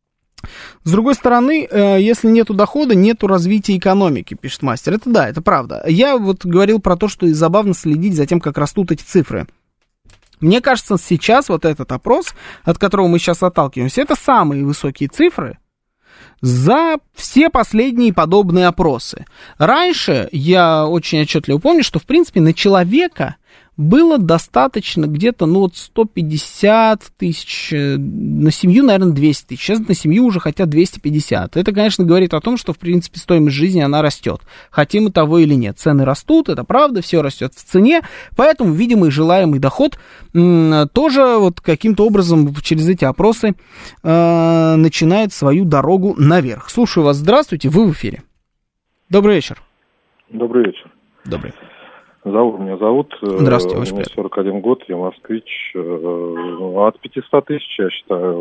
С другой стороны, если нету дохода, нету развития экономики, пишет мастер. Это да, это правда. Я вот говорил про то, что забавно следить за тем, как растут эти цифры. Мне кажется, сейчас вот этот опрос, от которого мы сейчас отталкиваемся, это самые высокие цифры за все последние подобные опросы. Раньше я очень отчетливо помню, что, в принципе, на человека было достаточно где-то, ну, вот 150 тысяч, на семью, наверное, 200 тысяч. Сейчас на семью уже хотят 250. Это, конечно, говорит о том, что, в принципе, стоимость жизни, она растет. Хотим мы того или нет. Цены растут, это правда, все растет в цене, поэтому видимый желаемый доход тоже вот каким-то образом через эти опросы начинает свою дорогу наверх. Слушаю вас, здравствуйте, вы в эфире. Добрый вечер. Добрый вечер. Добрый. Меня зовут. Здравствуйте, мне 41 год, я москвич. От 500 тысяч, я считаю,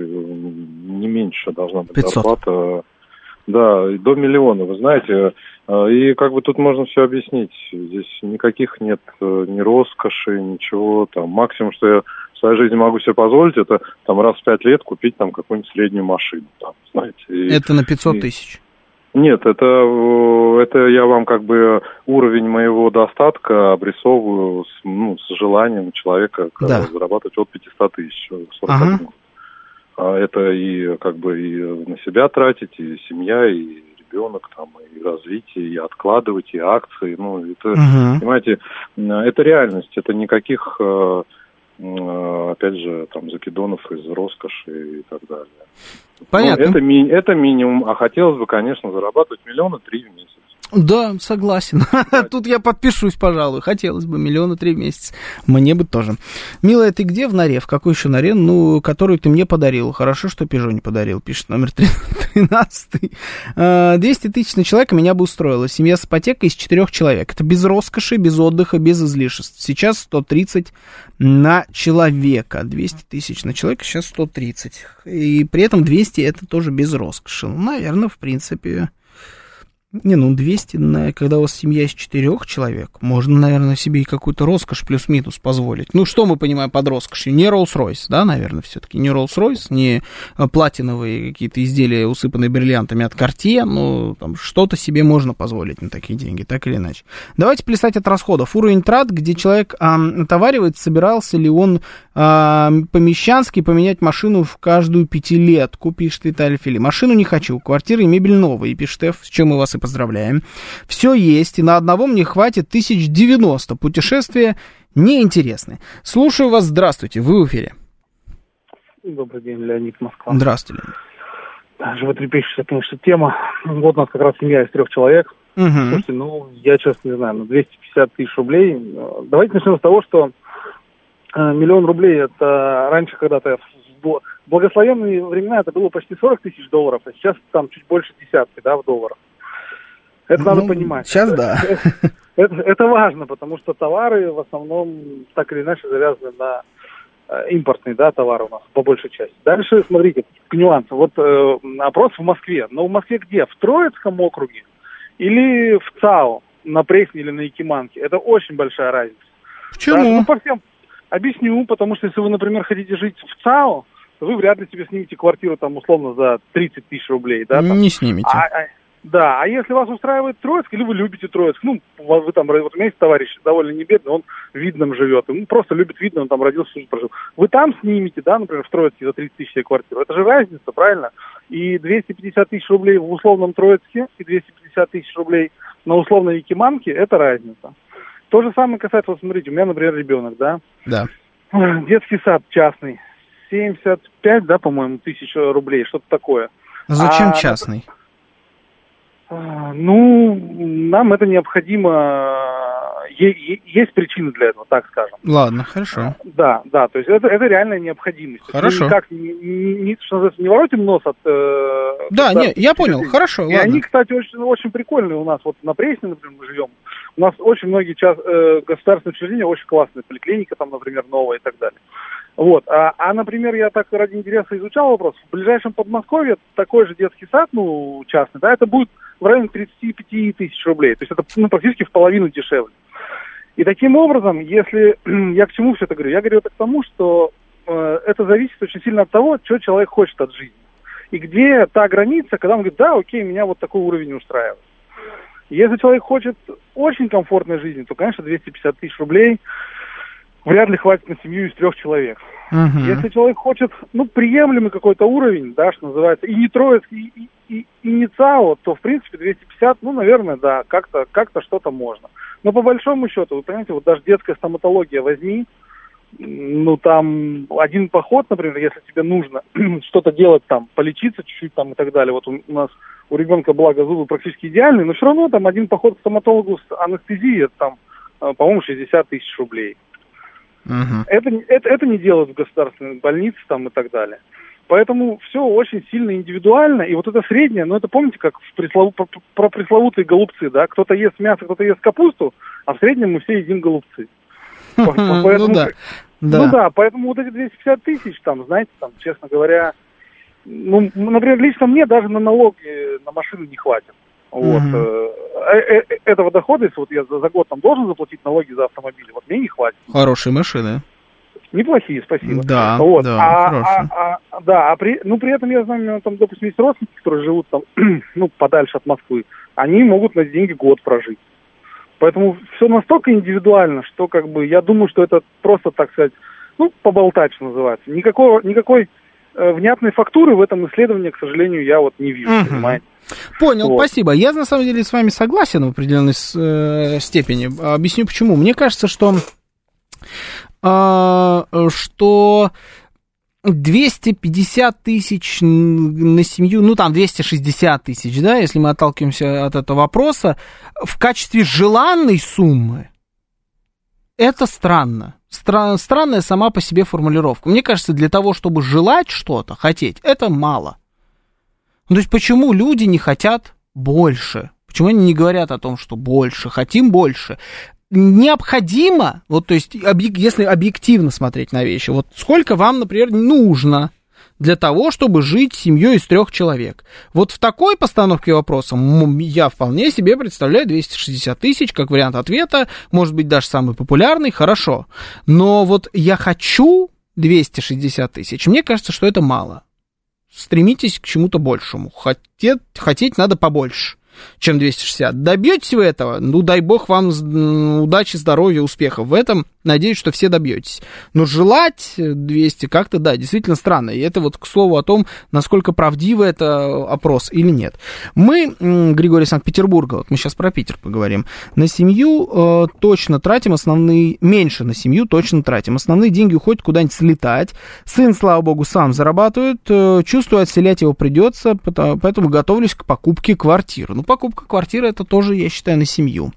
не меньше должна быть 500. зарплата. Да, до миллиона, вы знаете. И как бы тут можно все объяснить. Здесь никаких нет ни роскоши, ничего. Там максимум, что я в своей жизни могу себе позволить, это там раз в 5 лет купить там какую-нибудь среднюю машину. Там, знаете. Это на 500 тысяч? Нет, это я вам как бы уровень моего достатка обрисовываю с желанием человека зарабатывать от 500 тысяч. 41 год. Это и как бы и на себя тратить, и семья, и ребенок, там, и развитие, и откладывать, и акции. Ну, это, понимаете, это реальность, это никаких опять же, там, закидонов из роскоши и так далее. Понятно. Это минимум, а хотелось бы, конечно, зарабатывать 3 миллиона в месяц. Да, согласен. Тут я подпишусь, пожалуй. Хотелось бы 3 миллиона в месяц. Мне бы тоже. Милая, ты где в норе? В какой еще норе? Ну, которую ты мне подарил. Хорошо, что Пежо не подарил, пишет номер 13. 200 тысяч на человека меня бы устроило. Семья с ипотекой из 4 человек. Это без роскоши, без отдыха, без излишеств. Сейчас 130 на человека. 200 тысяч на человека, сейчас 130. И при этом 200 это тоже без роскоши. Ну, наверное, в принципе... 200, когда у вас семья из 4 человек, можно, наверное, себе и какую-то роскошь плюс-минус позволить. Ну, что мы понимаем под роскошью? Не Rolls-Royce, да, наверное, все-таки. Не Rolls-Royce, не платиновые какие-то изделия, усыпанные бриллиантами от Cartier, ну, там, что-то себе можно позволить на такие деньги, так или иначе. Давайте плясать от расходов. Уровень трат, где человек отоваривает, собирался ли он по-мещански поменять машину в каждую пятилетку, пишет Виталий Фили. Машину не хочу, квартира и мебель новые, пишет Ф, с чем мы вас и поздравляем. Все есть, и на одного мне хватит 1090. Путешествия неинтересны. Слушаю вас, здравствуйте, вы в эфире. Добрый день, Леонид, Москва. Здравствуйте, Леонид. Животрепещущая, конечно, тема. Вот у нас как раз семья из 3 человек. Угу. Слушайте, я честно не знаю, 250 тысяч рублей. Давайте начнем с того, что 1 миллион рублей, это раньше когда-то в благословенные времена это было почти 40 тысяч долларов, а сейчас там чуть больше десятки, да, в долларах. Это надо понимать. Сейчас да. Это важно, потому что товары в основном так или иначе завязаны на импортные, да, товары у нас по большей части. Дальше, смотрите, к нюансу. Вот опрос в Москве. Но в Москве где? В Троицком округе или в ЦАО, на Пресне или на Якиманке? Это очень большая разница. Почему? Да, по всем объясню, потому что если вы, например, хотите жить в ЦАО, то вы вряд ли себе снимете квартиру там условно за 30 тысяч рублей. Да, там. Не снимете. Да, а если вас устраивает Троицк, или вы любите Троицк, вы там, вот у меня есть товарищ довольно не бедный, он в Видном живет, он просто любит Видно, он там родился, прожил. Вы там снимете, да, например, в Троицке за 30 тысяч квартиру, это же разница, правильно? И 250 тысяч рублей в условном Троицке, и 250 тысяч рублей на условной Якиманке, это разница. То же самое касается, вот смотрите, у меня, например, ребенок, да? Да. Детский сад частный, 75, да, по-моему, тысяч рублей, что-то такое. Зачем частный? Нам это необходимо, есть причины для этого, так скажем. Ладно, хорошо. Да, то есть это реальная необходимость. Хорошо. Мы никак не воротим нос от... Да, я понял, хорошо, ладно. И они, кстати, очень прикольные у нас. Вот на Пресне, например, мы живем. У нас очень многие государственные учреждения, очень классные. Поликлиника там, например, новая и так далее. Вот. Например, я так ради интереса изучал вопрос. В ближайшем Подмосковье такой же детский сад, частный, да, это будет в районе 35 тысяч рублей. То есть это практически в половину дешевле. И таким образом, если... Я к чему все это говорю? Я говорю это к тому, что это зависит очень сильно от того, что человек хочет от жизни. И где та граница, когда он говорит, да, окей, меня вот такой уровень устраивает. Если человек хочет очень комфортной жизни, то, конечно, 250 тысяч рублей вряд ли хватит на семью из 3 человек. Угу. Если человек хочет, приемлемый какой-то уровень, да, что называется, и не Троицк, и не ЦАО, то, в принципе, 250, наверное, да, как-то что-то можно. Но по большому счету, вы понимаете, вот даже детская стоматология возьми, там один поход, например, если тебе нужно что-то делать там, полечиться чуть-чуть там и так далее. Вот у нас у ребенка, благо, зубы практически идеальные, но все равно там один поход к стоматологу с анестезией, это там, по-моему, 60 тысяч рублей. Uh-huh. Это не делают в государственной больнице там и так далее. Поэтому все очень сильно индивидуально. И вот это среднее, это помните, как про пресловутые голубцы, да? Кто-то ест мясо, кто-то ест капусту, а в среднем мы все едим голубцы. Поэтому вот эти 250 тысяч, там, знаете, там, честно говоря, например, лично мне даже на налоги на машину не хватит. Вот. Этого дохода, если вот я за год там должен заплатить налоги за автомобили, вот мне не хватит. Хорошие машины. Неплохие, спасибо. Да, вот. хорошие. При этом я знаю, там, допустим, есть родственники, которые живут там, подальше от Москвы, они могут на деньги год прожить. Поэтому все настолько индивидуально, что, я думаю, что это просто, так сказать, поболтать, что называется. Никакой внятной фактуры в этом исследовании, к сожалению, я вот не вижу, понимаете? Понял, спасибо. Я, на самом деле, с вами согласен в определенной степени. Объясню, почему. Мне кажется, что что 250 тысяч на семью, ну, там 260 тысяч, да, если мы отталкиваемся от этого вопроса, в качестве желанной суммы, это странно. Странная сама по себе формулировка. Мне кажется, для того, чтобы желать что-то, хотеть, это мало. Ну, то есть, почему люди не хотят больше? Почему они не говорят о том, что больше, хотим больше? Необходимо, вот, то есть, если объективно смотреть на вещи, вот сколько вам, например, нужно для того, чтобы жить семьей из 3 человек. Вот в такой постановке вопроса я вполне себе представляю 260 тысяч как вариант ответа, может быть, даже самый популярный, хорошо. Но вот я хочу 260 тысяч, мне кажется, что это мало. Стремитесь к чему-то большему. Хотеть надо побольше, чем 260. Добьетесь вы этого? Ну, дай бог вам удачи, здоровья, успехов в этом. Надеюсь, что все добьетесь. Но желать 200 как-то, да, действительно странно. И это вот к слову о том, насколько правдивый это опрос или нет. Мы, Григорий Санкт-Петербурга, вот мы сейчас про Питер поговорим, на семью точно тратим меньше на семью точно тратим. Основные деньги уходят куда-нибудь слетать. Сын, слава богу, сам зарабатывает. Чувствую, отселять его придется, поэтому готовлюсь к покупке квартиры. Ну, покупка квартиры, это тоже, я считаю, на семью.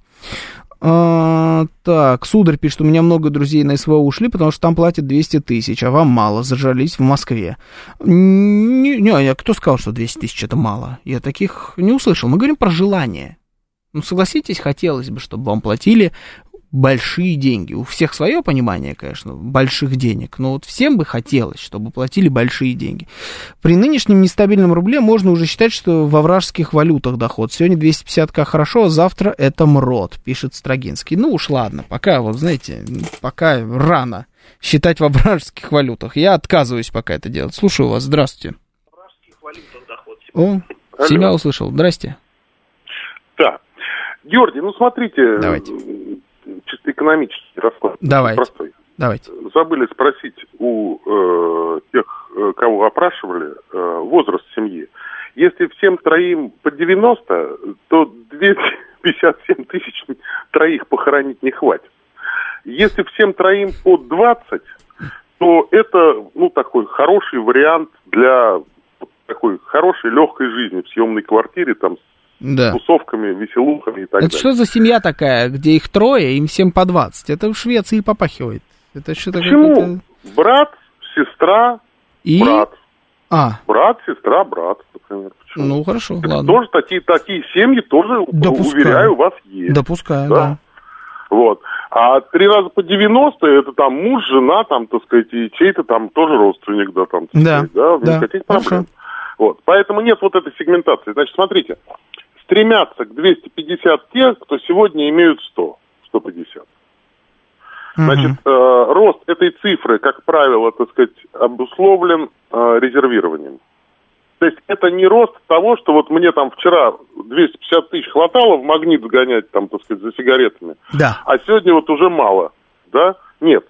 Так, Сударь пишет, у меня много друзей на СВО ушли, потому что там платят 200 тысяч, а вам мало, зажались в Москве. Кто сказал, что 200 тысяч это мало? Я таких не услышал. Мы говорим про желание. Ну, согласитесь, хотелось бы, чтобы вам платили большие деньги. У всех свое понимание, конечно, больших денег, но вот всем бы хотелось, чтобы платили большие деньги. При нынешнем нестабильном рубле можно уже считать, что во вражеских валютах доход. Сегодня 250к хорошо, а завтра это МРОД, пишет Строгинский. Ну уж ладно, пока, вот знаете, пока рано считать во вражеских валютах. Я отказываюсь пока это делать. Слушаю вас, здравствуйте. Во вражеских валютах доход. О, себя услышал, здрасте. Да. Георгий, ну смотрите... Давайте. Чисто экономический расклад. Давайте. Простой. Давайте. Забыли спросить у тех, кого опрашивали, возраст семьи. Если всем троим по 90, то 257 тысяч троих похоронить не хватит. Если всем троим по 20, то это, ну, такой хороший вариант для такой хорошей легкой жизни в съемной квартире, там, с тусовками, веселухами и так далее. Это что за семья такая, где их 3, им всем по 20? Это в Швеции попахивает. Это что-то. Почему? Брат, сестра, и... брат. Брат, сестра, брат, например. Почему? Ну, хорошо, это ладно. Тоже такие семьи тоже, уверяю, у вас есть. Допускаю, да. Вот. А 3 раза по 90, это там муж, жена, там, так сказать, и чей-то там тоже родственник, да, там, так сказать, да, не хотите проблем. Вот. Поэтому нет вот этой сегментации. Значит, смотрите, стремятся к 250 те, кто сегодня имеют 150. Значит, рост этой цифры, как правило, так сказать, обусловлен резервированием. То есть это не рост того, что вот мне там вчера 250 тысяч хватало в Магнит сгонять, там, так сказать, за сигаретами, а сегодня вот уже мало, да? Нет.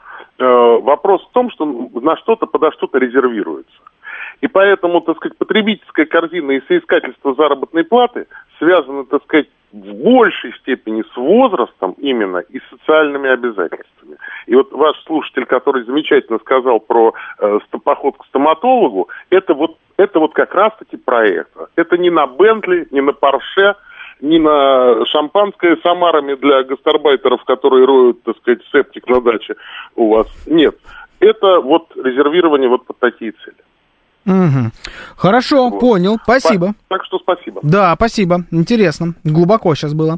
Вопрос в том, что на что-то, подо что-то резервируется. И поэтому, так сказать, потребительская корзина и соискательство заработной платы связаны, так сказать, в большей степени с возрастом именно и социальными обязательствами. И вот ваш слушатель, который замечательно сказал про поход к стоматологу, это вот как раз-таки про это. Это не на Бентли, не на Порше, не на шампанское с омарами для гастарбайтеров, которые роют, так сказать, септик на даче у вас. Нет. Это вот резервирование вот под такие цели. Угу. Хорошо, вот. Понял, спасибо. Так что спасибо. Да, спасибо, интересно, глубоко сейчас было.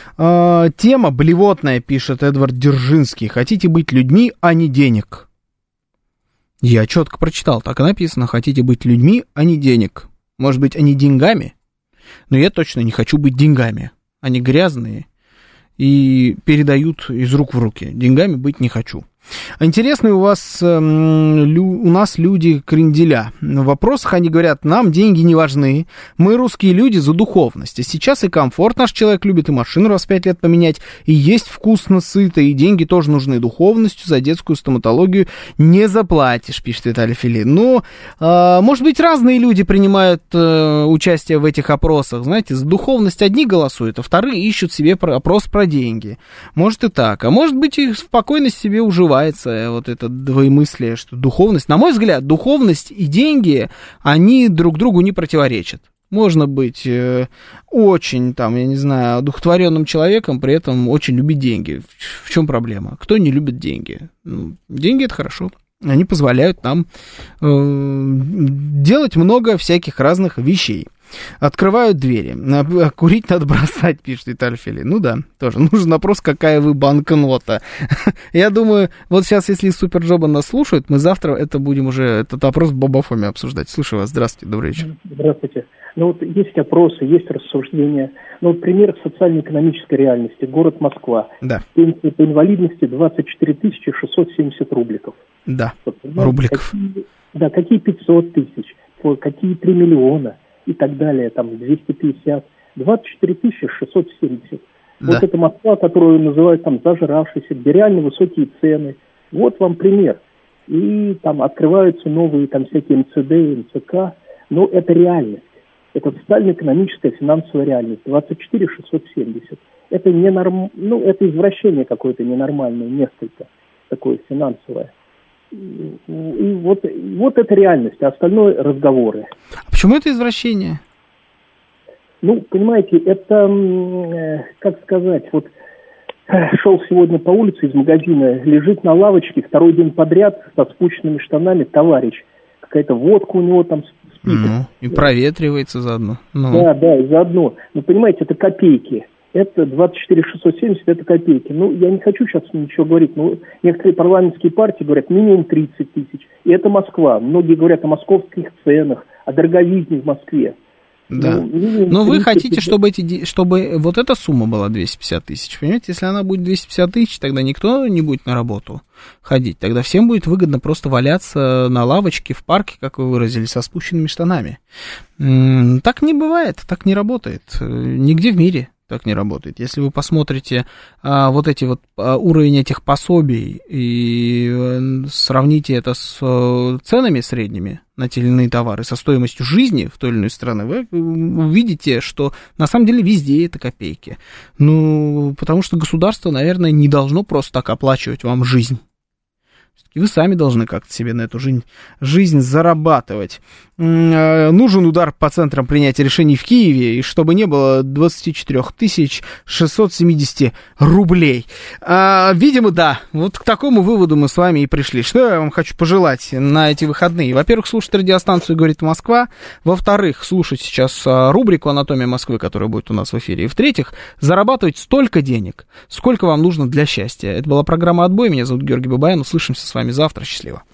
Тема блевотная, пишет Эдвард Дзержинский. Хотите быть людьми, а не денег. Я четко прочитал, так и написано. Хотите быть людьми, а не денег. Может быть, они деньгами? Но я точно не хочу быть деньгами. Они грязные и передают из рук в руки. Деньгами быть не хочу. Интересные у нас люди кренделя. В вопросах они говорят, нам деньги не важны, мы русские люди за духовность. А сейчас и комфорт наш человек любит, и машину раз в 5 лет поменять, и есть вкусно, сыто, и деньги тоже нужны. Духовностью за детскую стоматологию не заплатишь, пишет Виталий Филин. Но, может быть, разные люди принимают участие в этих опросах. Знаете, за духовность одни голосуют, а вторые ищут себе опрос про деньги. Может и так. А может быть, и спокойно себе уживают. развивается вот это двоемыслие, что духовность, на мой взгляд, духовность и деньги, они друг другу не противоречат. Можно быть очень, там, я не знаю, одухотворенным человеком, при этом очень любить деньги. В чем проблема? Кто не любит деньги? Ну, деньги — это хорошо. Они позволяют нам делать много всяких разных вещей. Открывают двери. Курить надо бросать, пишет Виталий Фили. Ну да, тоже нужен вопрос, какая вы банкнота. Я думаю, вот сейчас, если Суперджоба нас слушают, мы завтра будем уже этот вопрос в Бабафоме обсуждать. Слушаю вас. Здравствуйте, добрый вечер. Здравствуйте. Ну вот есть опросы, есть рассуждения. Ну вот пример социально-экономической реальности. Город Москва. Да. Пенсия по инвалидности 24 670 рубликов. Да, вот, рубликов. Какие 500 тысяч, какие 3 миллиона и так далее, там 250, 24 670. Да. Вот это Москва, которую называют там зажравшейся, где реально высокие цены. Вот вам пример. И там открываются новые там всякие МЦД, МЦК. Но это реальность. Это социально-экономическая финансовая реальность. 24 670. Это это извращение какое-то ненормальное, несколько такое финансовое. И вот это реальность, а остальное разговоры. А почему это извращение? Ну, понимаете, это, как сказать, вот шел сегодня по улице из магазина, лежит на лавочке второй день подряд со спущенными штанами товарищ. Какая-то водка у него там спит. И проветривается заодно. Да, и заодно. Ну, понимаете, это копейки. Это 24 670, это копейки. Ну, я не хочу сейчас ничего говорить, но некоторые парламентские партии говорят минимум 30 тысяч. И это Москва. Многие говорят о московских ценах, о дороговизне в Москве. Да. Но вы хотите, чтобы вот эта сумма была 250 тысяч, понимаете? Если она будет 250 тысяч, тогда никто не будет на работу ходить. Тогда всем будет выгодно просто валяться на лавочке в парке, как вы выразились, со спущенными штанами. Так не бывает, так не работает. Нигде в мире так не работает. Если вы посмотрите вот эти вот уровень этих пособий и сравните это с ценами средними на те или иные товары, со стоимостью жизни в той или иной стране, вы увидите, что на самом деле везде это копейки. Ну, потому что государство, наверное, не должно просто так оплачивать вам жизнь. И вы сами должны как-то себе на эту жизнь зарабатывать. Нужен удар по центрам принятия решений в Киеве, и чтобы не было 24 670 рублей. Видимо, да. Вот к такому выводу мы с вами и пришли. Что я вам хочу пожелать на эти выходные? Во-первых, слушать радиостанцию «Говорит Москва». Во-вторых, слушать сейчас рубрику «Анатомия Москвы», которая будет у нас в эфире. И в-третьих, зарабатывать столько денег, сколько вам нужно для счастья. Это была программа «Отбой». Меня зовут Георгий Бабаян. Услышимся с вами завтра. Счастливо.